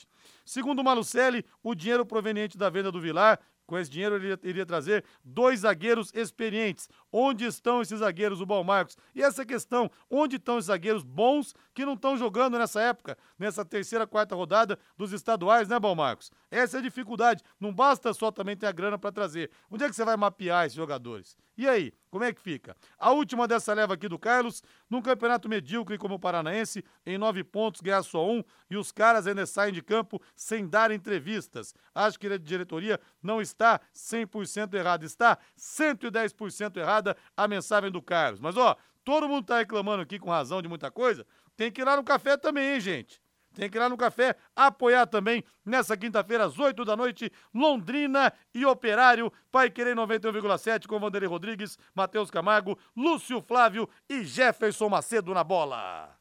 B: Segundo o Malucelli, o dinheiro proveniente da venda do Vilar, com esse dinheiro ele iria, iria trazer dois zagueiros experientes. Onde estão esses zagueiros, o Bom Marcos? E essa questão, onde estão os zagueiros bons que não estão jogando nessa época, nessa terceira, quarta rodada dos estaduais, né, Bom Marcos? Essa é a dificuldade. Não basta só também ter a grana para trazer. Onde é que você vai mapear esses jogadores? E aí, como é que fica? A última dessa leva aqui do Carlos, num campeonato medíocre como o Paranaense, em nove pontos, ganhar só um, e os caras ainda saem de campo sem dar entrevistas. Acho que a diretoria não está cem por cento errada, está cento e dez por cento errada a mensagem do Carlos. Mas, ó, todo mundo tá reclamando aqui com razão de muita coisa, tem que ir lá no café também, hein, gente? Tem que ir lá no café, apoiar também nessa quinta-feira, às oito da noite, Londrina e Operário, Paiquerê noventa e um vírgula sete, com Vanderlei Rodrigues, Matheus Camargo, Lúcio Flávio e Jefferson Macedo na bola.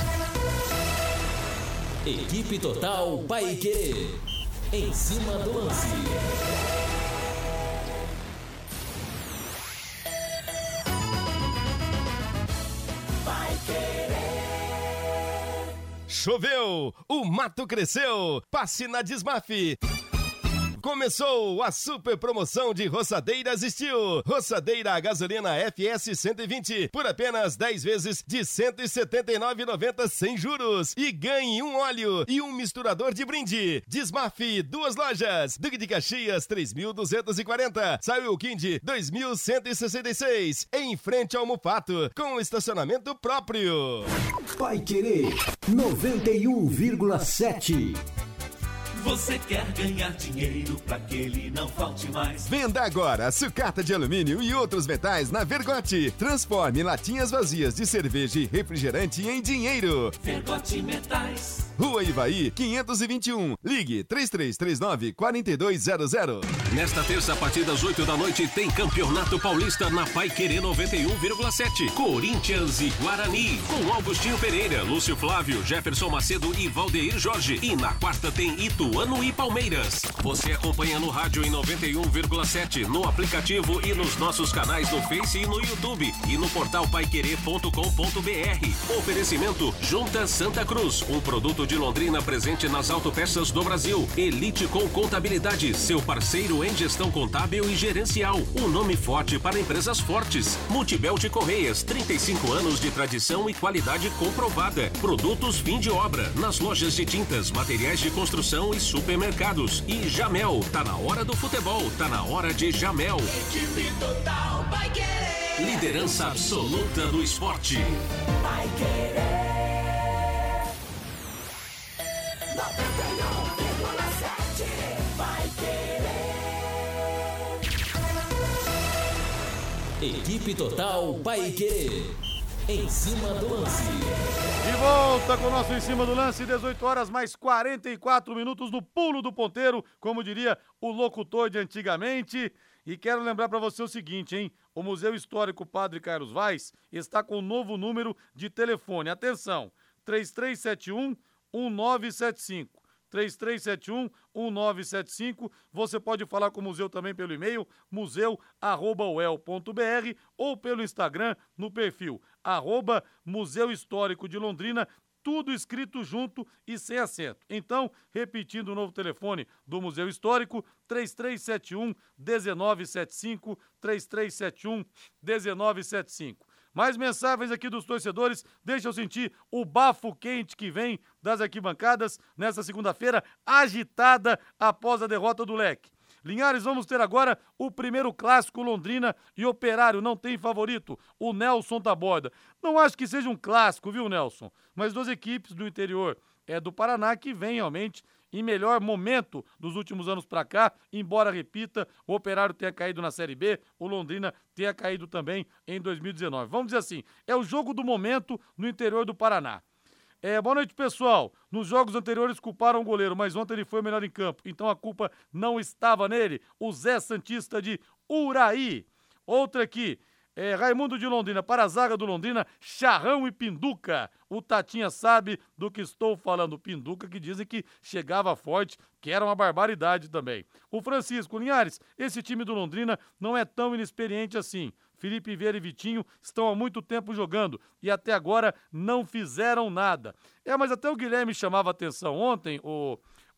A: Equipe Total Paiquerê, em cima do lance.
G: Choveu, o mato cresceu, passe na Desmaf. Começou a super promoção de roçadeiras Steel. Roçadeira a gasolina F S cento e vinte por apenas dez vezes de cento e setenta e nove reais e noventa centavos sem juros. E ganhe um óleo e um misturador de brinde. Desmaf, duas lojas. Duque de Caxias, três mil duzentos e quarenta. Saiu Quinde, dois mil cento e sessenta e seis. Em frente ao Mufato, com estacionamento próprio.
H: Paiquerê noventa e um vírgula sete.
C: Você quer ganhar dinheiro pra que ele não falte mais?
G: Venda agora sucata de alumínio e outros metais na Vergote. Transforme latinhas vazias de cerveja e refrigerante em dinheiro.
C: Vergote Metais.
G: Rua Ivaí, quinhentos e vinte e um. Ligue três três três nove, quatro dois zero zero.
F: Nesta terça, a partir das oito da noite, tem Campeonato Paulista na Paiquerê noventa e um vírgula sete. Corinthians e Guarani. Com Augustinho Pereira, Lúcio Flávio, Jefferson Macedo e Valdeir Jorge. E na quarta tem Ituano e Palmeiras. Você acompanha no rádio em noventa e um vírgula sete, no aplicativo e nos nossos canais no Face e no YouTube. E no portal paiquerê ponto com ponto br. Oferecimento Junta Santa Cruz. Um produto de Londrina presente nas autopeças do Brasil. Elite com Contabilidade. Seu parceiro em gestão contábil e gerencial. Um nome forte para empresas fortes. Multibelt Correias. trinta e cinco anos de tradição e qualidade comprovada. Produtos fim de obra. Nas lojas de tintas, materiais de construção e supermercados. E Jamel. Tá na hora do futebol. Tá na hora de Jamel.
C: Equipe Total Paiquerê.
F: Liderança absoluta do esporte.
C: Paiquerê. noventa e um vírgula sete. Paiquerê.
A: Equipe Total Paiquerê, em cima do lance.
B: De volta com o nosso Em Cima do Lance, dezoito horas mais quarenta e quatro minutos no pulo do ponteiro, como diria o locutor de antigamente. E quero lembrar para você o seguinte, hein? O Museu Histórico Padre Carlos Vaz está com um novo número de telefone. Atenção, três três sete um, um nove sete cinco. três três sete um, um nove sete cinco. Você pode falar com o museu também pelo e-mail museu arroba u e l ponto b r ou pelo Instagram no perfil arroba Museu Histórico de Londrina, tudo escrito junto e sem acento. Então, repetindo o novo telefone do Museu Histórico, três três sete um, um nove sete cinco, três três sete um, um nove sete cinco. Mais mensagens aqui dos torcedores, deixa eu sentir o bafo quente que vem das arquibancadas nessa segunda-feira, agitada após a derrota do Leque. Linhares, vamos ter agora o primeiro clássico Londrina e Operário, não tem favorito, o Nelson Taborda. Não acho que seja um clássico, viu, Nelson? Mas duas equipes do interior é do Paraná que vem realmente em melhor momento dos últimos anos para cá, embora, repita, o Operário tenha caído na Série B, o Londrina tenha caído também em dois mil e dezenove. Vamos dizer assim, é o jogo do momento no interior do Paraná. É, boa noite, pessoal. Nos jogos anteriores culparam o goleiro, mas ontem ele foi o melhor em campo, então a culpa não estava nele. O Zé Santista de Uraí. Outra aqui, é, Raimundo de Londrina, para a zaga do Londrina, Charrão e Pinduca. O Tatinha sabe do que estou falando. Pinduca que dizem que chegava forte, que era uma barbaridade também. O Francisco Linhares, esse time do Londrina não é tão inexperiente assim. Felipe Vieira e Vitinho estão há muito tempo jogando e até agora não fizeram nada. É, mas até o Guilherme chamava atenção ontem, o,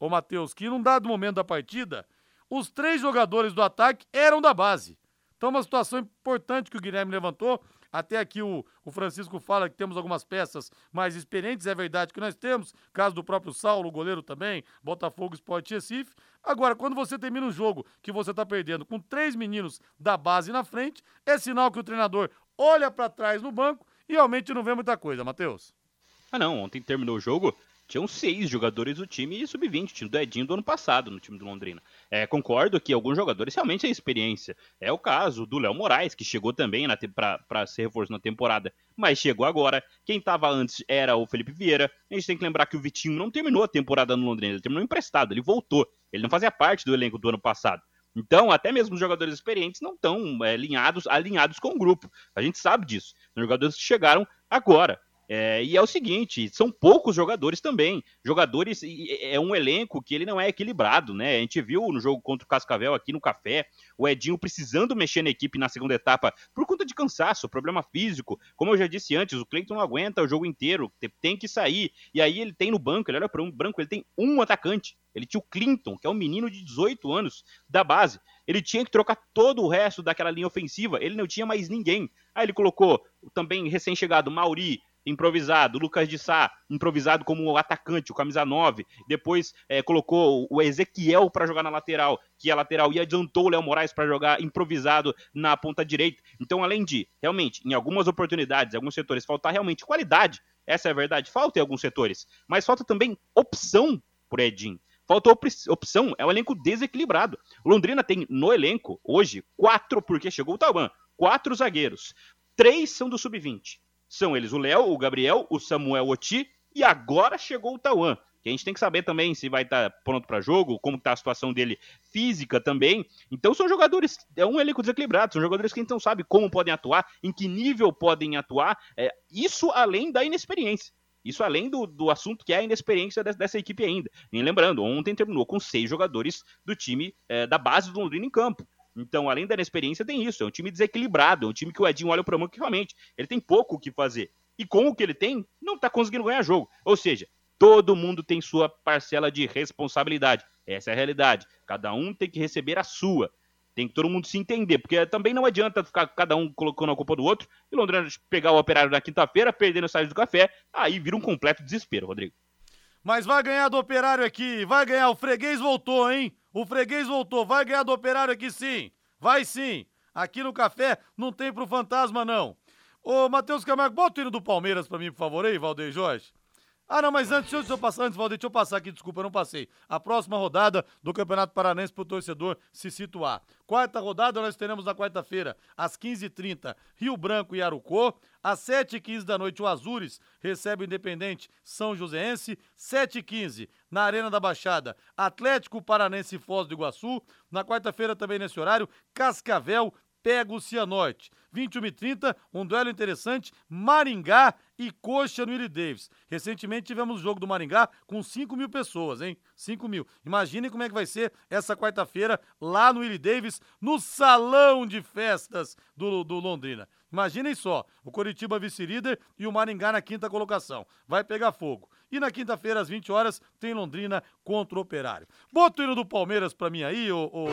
B: ô Matheus, que num dado momento da partida, os três jogadores do ataque eram da base. Então, uma situação importante que o Guilherme levantou. Até aqui o, o Francisco fala que temos algumas peças mais experientes, é verdade que nós temos, caso do próprio Saulo, o goleiro também, Botafogo, Sport Recife. Agora, quando você termina um jogo que você tá perdendo com três meninos da base na frente, é sinal que o treinador olha para trás no banco e realmente não vê muita coisa, Matheus.
E: Ah não, ontem terminou o jogo, tinham seis jogadores do time sub vinte, time do Edinho do ano passado no time do Londrina. É, concordo que alguns jogadores realmente têm experiência. É o caso do Léo Moraes, que chegou também para ser reforço na temporada, mas chegou agora. Quem estava antes era o Felipe Vieira. A gente tem que lembrar que o Vitinho não terminou a temporada no Londrina, ele terminou emprestado, ele voltou. Ele não fazia parte do elenco do ano passado. Então, até mesmo os jogadores experientes não estão é, alinhados, alinhados com o grupo. A gente sabe disso. Os jogadores que chegaram agora. É, e é o seguinte, são poucos jogadores também. Jogadores, é um elenco que ele não é equilibrado, né? A gente viu no jogo contra o Cascavel aqui no Café, o Edinho precisando mexer na equipe na segunda etapa por conta de cansaço, problema físico. Como eu já disse antes, o Cleiton não aguenta o jogo inteiro, tem que sair. E aí ele tem no banco, ele olha para um branco, ele tem um atacante. Ele tinha o Clinton, que é um menino de dezoito anos da base. Ele tinha que trocar todo o resto daquela linha ofensiva, ele não tinha mais ninguém. Aí ele colocou também recém-chegado Mauri, improvisado, Lucas de Sá, improvisado como atacante, o camisa nove, depois é, colocou o Ezequiel para jogar na lateral, que é lateral, e adiantou o Léo Moraes para jogar improvisado na ponta direita. Então, além de, realmente, em algumas oportunidades, em alguns setores, faltar realmente qualidade, essa é a verdade, falta em alguns setores, mas falta também opção por Edinho. Falta opção, é um elenco desequilibrado. O Londrina tem no elenco, hoje, quatro, porque chegou o Tauan, quatro zagueiros. Três são do sub vinte. São eles o Léo, o Gabriel, o Samuel Oti e agora chegou o Tauan, que a gente tem que saber também se vai estar tá pronto para jogo, como está a situação dele física também. Então são jogadores, é um elenco desequilibrado, são jogadores que a gente não sabe como podem atuar, em que nível podem atuar, é, isso além da inexperiência. Isso além do, do assunto que é a inexperiência dessa, dessa equipe ainda. E lembrando, ontem terminou com seis jogadores do time é, da base do Londrina em campo. Então, além da inexperiência, tem isso. É um time desequilibrado, é um time que o Edinho olha para o banco que realmente ele tem pouco o que fazer. E com o que ele tem, não está conseguindo ganhar jogo. Ou seja, todo mundo tem sua parcela de responsabilidade. Essa é a realidade. Cada um tem que receber a sua. Tem que todo mundo se entender, porque também não adianta ficar cada um colocando a culpa do outro e o Londrina pegar o Operário na quinta-feira, perdendo o estádio do Café, aí vira um completo desespero, Rodrigo.
B: Mas vai ganhar do Operário aqui, vai ganhar, o freguês voltou, hein? O freguês voltou, vai ganhar do Operário aqui sim, vai sim. Aqui no Café não tem pro fantasma não. Ô, Matheus Camargo, bota o hino do Palmeiras pra mim, por favor, aí, Valdeir Jorge. Ah, não, mas antes, deixa eu passar, antes, Valdeir, deixa eu passar aqui, desculpa, eu não passei. A próxima rodada do Campeonato Paranense pro torcedor se situar. Quarta rodada nós teremos na quarta-feira, às quinze e trinta, Rio Branco e Arucó. Às sete e quinze da noite, o Azures recebe o Independente São Joséense. sete e quinze, na Arena da Baixada, Atlético Paranense e Foz do Iguaçu. Na quarta-feira, também nesse horário, Cascavel pega o Cianorte. vinte e uma e trinta, um duelo interessante, Maringá e Coxa no Willie Davis. Recentemente tivemos o jogo do Maringá com cinco mil pessoas, hein? cinco mil. Imaginem como é que vai ser essa quarta-feira lá no Willie Davis, no salão de festas do, do Londrina. Imaginem só, o Coritiba vice-líder e o Maringá na quinta colocação. Vai pegar fogo. E na quinta-feira, às vinte horas, tem Londrina contra o Operário. Bota o hino do Palmeiras pra mim aí, ô, ô,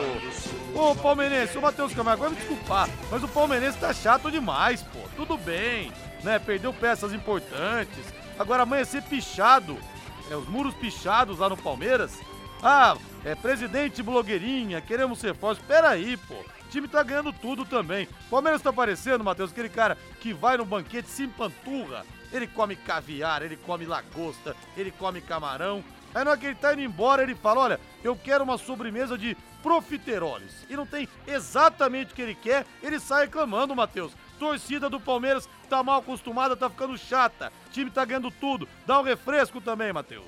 B: ô palmeirense, ô Matheus Camargo, vai me desculpar, mas o palmeirense tá chato demais, pô. Tudo bem, né? Perdeu peças importantes. Agora amanhecer pichado, é, os muros pichados lá no Palmeiras. Ah, é presidente blogueirinha, queremos ser fortes. Peraí, pô. O time tá ganhando tudo também. O Palmeiras tá parecendo, Matheus, aquele cara que vai no banquete, se empanturra. Ele come caviar, ele come lagosta, ele come camarão. Aí na hora que ele tá indo embora, ele fala, olha, eu quero uma sobremesa de profiteroles. E não tem exatamente o que ele quer, ele sai reclamando, Matheus. Torcida do Palmeiras tá mal acostumada, tá ficando chata. O time tá ganhando tudo. Dá um refresco também, Matheus.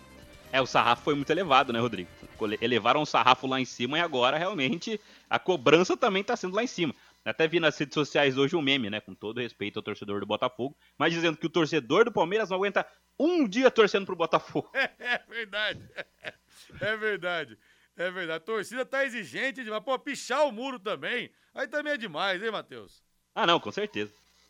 E: É, o sarrafo foi muito elevado, né, Rodrigo? Elevaram o sarrafo lá em cima e agora, realmente, a cobrança também tá sendo lá em cima. Até vi nas redes sociais hoje um meme, né, com todo respeito ao torcedor do Botafogo, mas dizendo que o torcedor do Palmeiras não aguenta um dia torcendo pro Botafogo.
B: É, é verdade, é verdade, é verdade. A torcida tá exigente demais, pô, pichar o muro também, aí também é demais, hein, Matheus?
E: Ah, não, com certeza.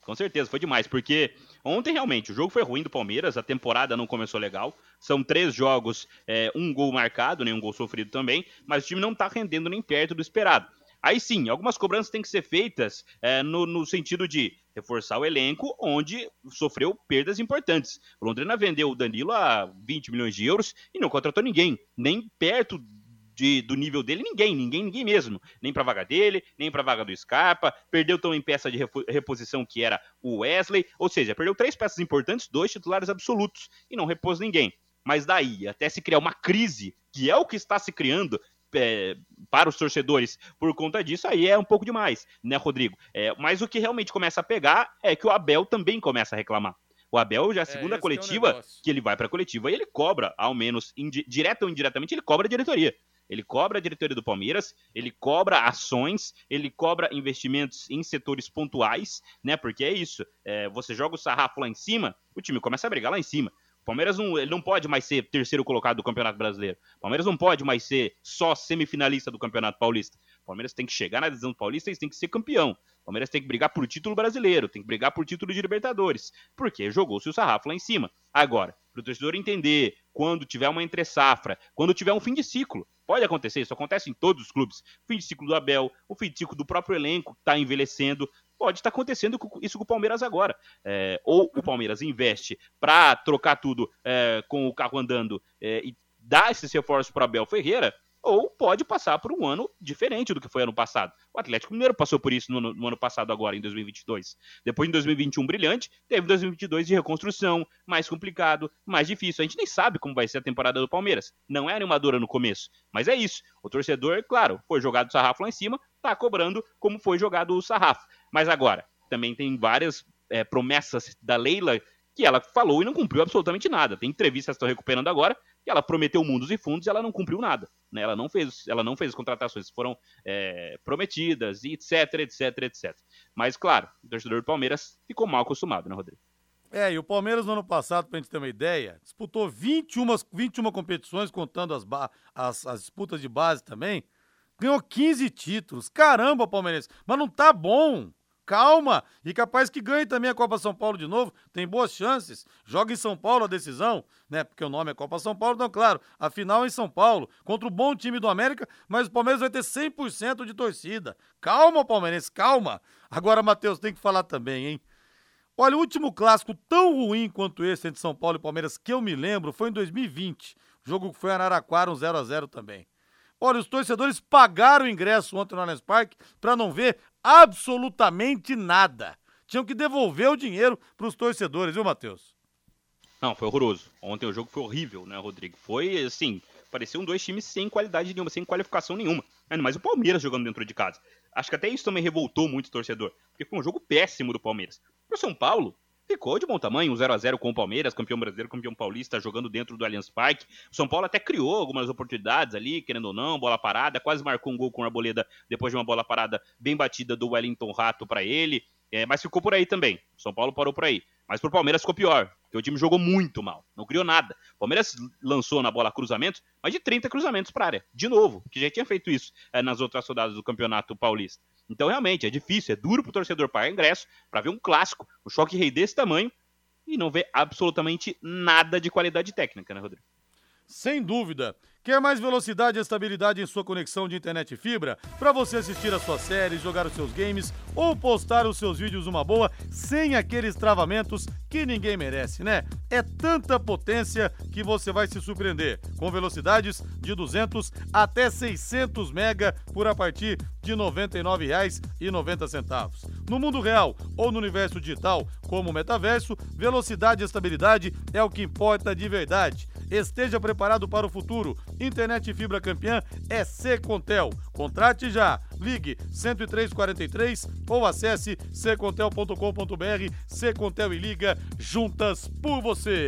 E: Com certeza, foi demais, porque ontem realmente o jogo foi ruim do Palmeiras, a temporada não começou legal, são três jogos, é, um gol marcado, nem um gol sofrido também, mas o time não tá rendendo nem perto do esperado. Aí sim, algumas cobranças têm que ser feitas é, no, no sentido de reforçar o elenco, onde sofreu perdas importantes. O Londrina vendeu o Danilo a vinte milhões de euros e não contratou ninguém, nem perto De, do nível dele, ninguém, ninguém, ninguém mesmo. Nem pra vaga dele, nem pra vaga do Scarpa. Perdeu também peça de reposição que era o Wesley. Ou seja, perdeu três peças importantes, dois titulares absolutos e não repôs ninguém. Mas daí, até se criar uma crise, que é o que está se criando é, para os torcedores por conta disso, aí é um pouco demais, né, Rodrigo? É, mas o que realmente começa a pegar é que o Abel também começa a reclamar. O Abel, já a segunda é, coletiva, é um que ele vai pra coletiva e ele cobra, ao menos, indi- direto ou indiretamente, ele cobra a diretoria. Ele cobra a diretoria do Palmeiras, ele cobra ações, ele cobra investimentos em setores pontuais, né? Porque é isso, é, você joga o sarrafo lá em cima, o time começa a brigar lá em cima. O Palmeiras não, ele não pode mais ser terceiro colocado do Campeonato Brasileiro. O Palmeiras não pode mais ser só semifinalista do Campeonato Paulista. O Palmeiras tem que chegar na divisão paulista e tem que ser campeão. O Palmeiras tem que brigar por título brasileiro, tem que brigar por título de Libertadores, porque jogou-se o sarrafo lá em cima. Agora, para o torcedor entender, quando tiver uma entre-safra, quando tiver um fim de ciclo, pode acontecer, isso acontece em todos os clubes, o fim de ciclo do Abel, o fim de ciclo do próprio elenco que está envelhecendo, pode estar acontecendo isso com o Palmeiras agora. É, ou o Palmeiras investe para trocar tudo é, com o carro andando é, e dar esses reforços para o Abel Ferreira, ou pode passar por um ano diferente do que foi ano passado. O Atlético Mineiro passou por isso no, no ano passado agora, em dois mil e vinte e dois. Depois, em dois mil e vinte e um, brilhante, teve dois mil e vinte e dois de reconstrução, mais complicado, mais difícil. A gente nem sabe como vai ser a temporada do Palmeiras. Não é animadora no começo, mas é isso. O torcedor, claro, foi jogado o sarrafo lá em cima, tá cobrando como foi jogado o sarrafo. Mas agora, também tem várias é, promessas da Leila que ela falou e não cumpriu absolutamente nada. Tem entrevistas que estão recuperando agora, que ela prometeu mundos e fundos e ela não cumpriu nada. Né? Ela, não fez, ela não fez as contratações que foram é, prometidas, e etc, etc, etcétera. Mas, claro, o torcedor do Palmeiras ficou mal acostumado, né, Rodrigo?
B: É, e o Palmeiras no ano passado, pra gente ter uma ideia, disputou vinte e uma, vinte e uma competições, contando as, ba- as, as disputas de base também, ganhou quinze títulos. Caramba, Palmeirense, mas não tá bom. Calma, e capaz que ganhe também a Copa São Paulo de novo, tem boas chances, joga em São Paulo a decisão, né, porque o nome é Copa São Paulo, então claro, a final é em São Paulo, contra o bom time do América, mas o Palmeiras vai ter cem por cento de torcida. Calma, palmeirense, calma. Agora, Matheus, tem que falar também, hein. Olha, o último clássico tão ruim quanto esse entre São Paulo e Palmeiras que eu me lembro foi em dois mil e vinte, o jogo que foi em Araraquara, um zero a zero também. Olha, os torcedores pagaram o ingresso ontem no Allianz Parque para não ver absolutamente nada. Tinham que devolver o dinheiro para os torcedores, viu, Matheus?
E: Não, foi horroroso. Ontem o jogo foi horrível, né, Rodrigo? Foi, assim, pareciam dois times sem qualidade nenhuma, sem qualificação nenhuma. Ainda mais o Palmeiras jogando dentro de casa. Acho que até isso também revoltou muito o torcedor, porque foi um jogo péssimo do Palmeiras. Pro São Paulo, ficou de bom tamanho, um zero a zero com o Palmeiras, campeão brasileiro, campeão paulista, jogando dentro do Allianz Parque. O São Paulo até criou algumas oportunidades ali, querendo ou não, bola parada, quase marcou um gol com o Arboleda depois de uma bola parada bem batida do Wellington Rato para ele, é, mas ficou por aí também. O São Paulo parou por aí. Mas pro Palmeiras ficou pior, porque o time jogou muito mal, não criou nada. O Palmeiras lançou na bola cruzamentos, mais de trinta cruzamentos para área, de novo, que já tinha feito isso é, nas outras rodadas do Campeonato Paulista. Então, realmente, é difícil, é duro pro torcedor pagar ingresso para ver um clássico, um choque rei desse tamanho, e não ver absolutamente nada de qualidade técnica, né, Rodrigo?
B: Sem dúvida. Quer mais velocidade e estabilidade em sua conexão de internet e fibra? Para você assistir as suas séries, jogar os seus games ou postar os seus vídeos numa boa, sem aqueles travamentos que ninguém merece, né? É tanta potência que você vai se surpreender, com velocidades de duzentos até seiscentos mega por a partir de noventa e nove reais e noventa centavos. No mundo real ou no universo digital, como o metaverso, velocidade e estabilidade é o que importa de verdade. Esteja preparado para o futuro. Internet e fibra campeã é Secontel. Contrate já. Ligue cento e três quarenta e três ou acesse secontel ponto com ponto br. Secontel e Liga, juntas por você.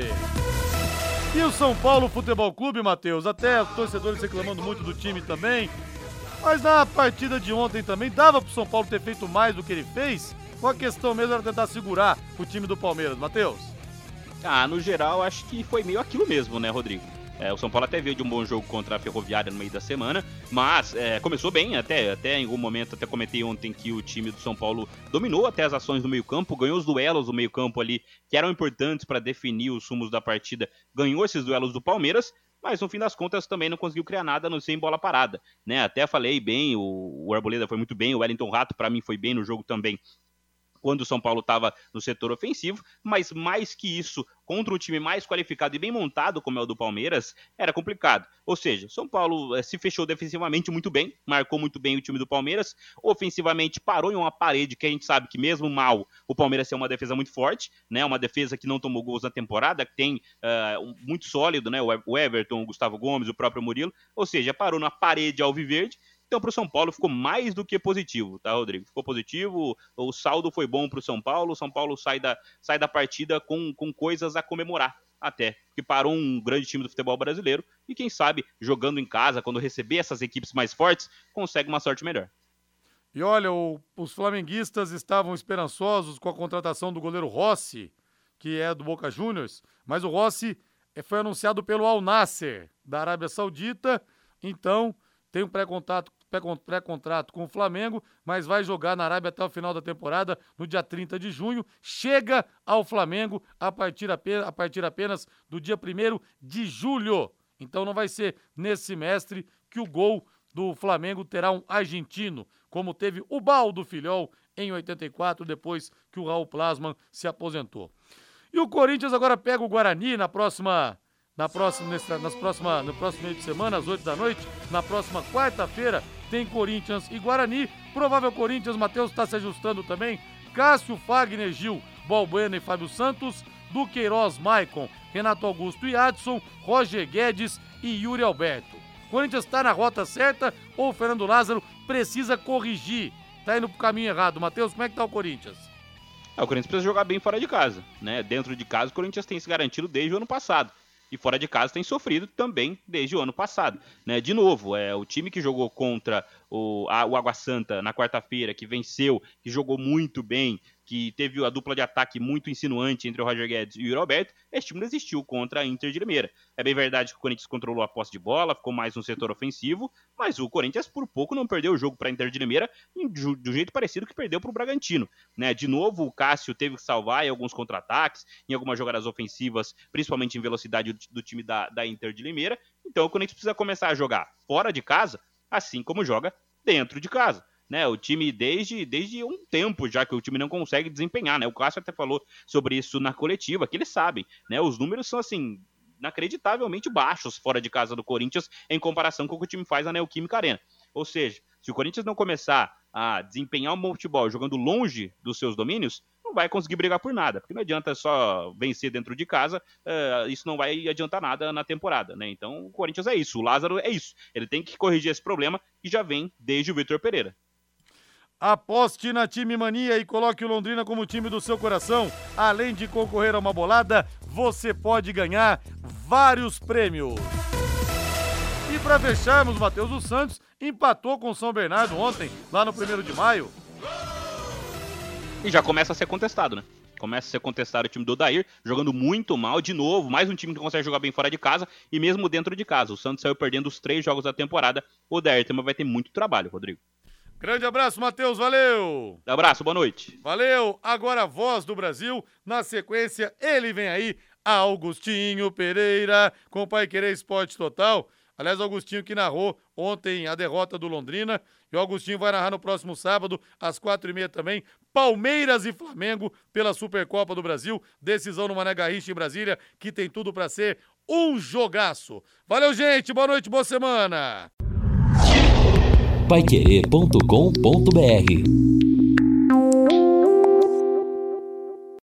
B: E o São Paulo Futebol Clube, Matheus? Até os torcedores reclamando muito do time também. Mas na partida de ontem também dava pro São Paulo ter feito mais do que ele fez? Ou a questão mesmo era tentar segurar o time do Palmeiras, Matheus?
E: Ah, no geral, acho que foi meio aquilo mesmo, né, Rodrigo? É, o São Paulo até veio de um bom jogo contra a Ferroviária no meio da semana, mas é, começou bem, até, até em algum momento, até comentei ontem que o time do São Paulo dominou até as ações do meio-campo, ganhou os duelos do meio-campo ali, que eram importantes para definir os rumos da partida, ganhou esses duelos do Palmeiras, mas no fim das contas também não conseguiu criar nada, a não ser em bola parada, né? Até falei bem, o, o Arboleda foi muito bem, o Wellington Rato para mim foi bem no jogo também, quando o São Paulo estava no setor ofensivo, mas mais que isso, contra um time mais qualificado e bem montado, como é o do Palmeiras, era complicado. Ou seja, São Paulo eh, se fechou defensivamente muito bem, marcou muito bem o time do Palmeiras, ofensivamente parou em uma parede que a gente sabe que mesmo mal, o Palmeiras tem uma defesa muito forte, né? Uma defesa que não tomou gols na temporada, que tem uh, um, muito sólido, né? O Everton, o Gustavo Gomes, o próprio Murilo, ou seja, parou na parede alviverde. Então, para o São Paulo ficou mais do que positivo, tá, Rodrigo? Ficou positivo, o saldo foi bom para o São Paulo, o São Paulo sai da, sai da partida com, com coisas a comemorar até, porque parou um grande time do futebol brasileiro e quem sabe, jogando em casa, quando receber essas equipes mais fortes, consegue uma sorte melhor.
B: E olha, o, os flamenguistas estavam esperançosos com a contratação do goleiro Rossi, que é do Boca Juniors, mas o Rossi foi anunciado pelo Al Nassr, da Arábia Saudita, então tem um pré-contrato, pré-contrato com o Flamengo, mas vai jogar na Arábia até o final da temporada, no dia trinta de junho. Chega ao Flamengo a partir apenas, a partir apenas do dia primeiro de julho. Então não vai ser nesse semestre que o gol do Flamengo terá um argentino, como teve o Baldo Filhol em oitenta e quatro, depois que o Raul Plasman se aposentou. E o Corinthians agora pega o Guarani na próxima... Na próxima, nessa, nas próxima, no próximo meio de semana, às oito da noite, na próxima quarta-feira, tem Corinthians e Guarani. Provável Corinthians, Matheus está se ajustando também. Cássio, Fagner, Gil, Balbuena e Fábio Santos, Duqueiroz, Maicon, Renato Augusto e Adson, Roger Guedes e Yuri Alberto. Corinthians está na rota certa ou o Fernando Lázaro precisa corrigir? Está indo pro caminho errado. Matheus, como é que tá o Corinthians?
E: É, o Corinthians precisa jogar bem fora de casa, né? Dentro de casa, o Corinthians tem se garantido desde o ano passado. E fora de casa tem sofrido também desde o ano passado, né? De novo, é o time que jogou contra o, a, o Água Santa na quarta-feira, que venceu, que jogou muito bem, que teve a dupla de ataque muito insinuante entre o Roger Guedes e o Yuri Alberto, esse time não existiu contra a Inter de Limeira. É bem verdade que o Corinthians controlou a posse de bola, ficou mais no setor ofensivo, mas o Corinthians por pouco não perdeu o jogo para a Inter de Limeira do jeito parecido que perdeu para o Bragantino, né? De novo, o Cássio teve que salvar em alguns contra-ataques, em algumas jogadas ofensivas, principalmente em velocidade do, do time da, da Inter de Limeira. Então o Corinthians precisa começar a jogar fora de casa, assim como joga dentro de casa. Né, o time desde, desde um tempo já que o time não consegue desempenhar, né? O Cássio até falou sobre isso na coletiva, que eles sabem, né? Os números são assim inacreditavelmente baixos fora de casa do Corinthians em comparação com o que o time faz na Neoquímica Arena. Ou seja, se o Corinthians não começar a desempenhar um bom futebol jogando longe dos seus domínios, não vai conseguir brigar por nada, porque não adianta só vencer dentro de casa, uh, isso não vai adiantar nada na temporada, né? Então o Corinthians é isso, o Lázaro é isso, ele tem que corrigir esse problema que já vem desde o Vitor Pereira.
B: Aposte na Time Mania e coloque o Londrina como time do seu coração. Além de concorrer a uma bolada, você pode ganhar vários prêmios. E para fecharmos, Matheus, o Santos empatou com o São Bernardo ontem, lá no primeiro de maio.
E: E já começa a ser contestado, né? Começa a ser contestado o time do Odair, jogando muito mal, de novo, mais um time que consegue jogar bem fora de casa e mesmo dentro de casa. O Santos saiu perdendo os três jogos da temporada. O Odair também vai ter muito trabalho, Rodrigo.
B: Grande abraço, Matheus, valeu!
E: Abraço, boa noite.
B: Valeu, agora a voz do Brasil, na sequência ele vem aí, Augustinho Pereira, com o Paiquerê Esporte Total. Aliás, Augustinho que narrou ontem a derrota do Londrina, e o Augustinho vai narrar no próximo sábado, às quatro e meia também, Palmeiras e Flamengo pela Supercopa do Brasil, decisão no Mané Garrincha em Brasília, que tem tudo pra ser um jogaço. Valeu, gente, boa noite, boa semana!
A: paiquerê ponto com ponto br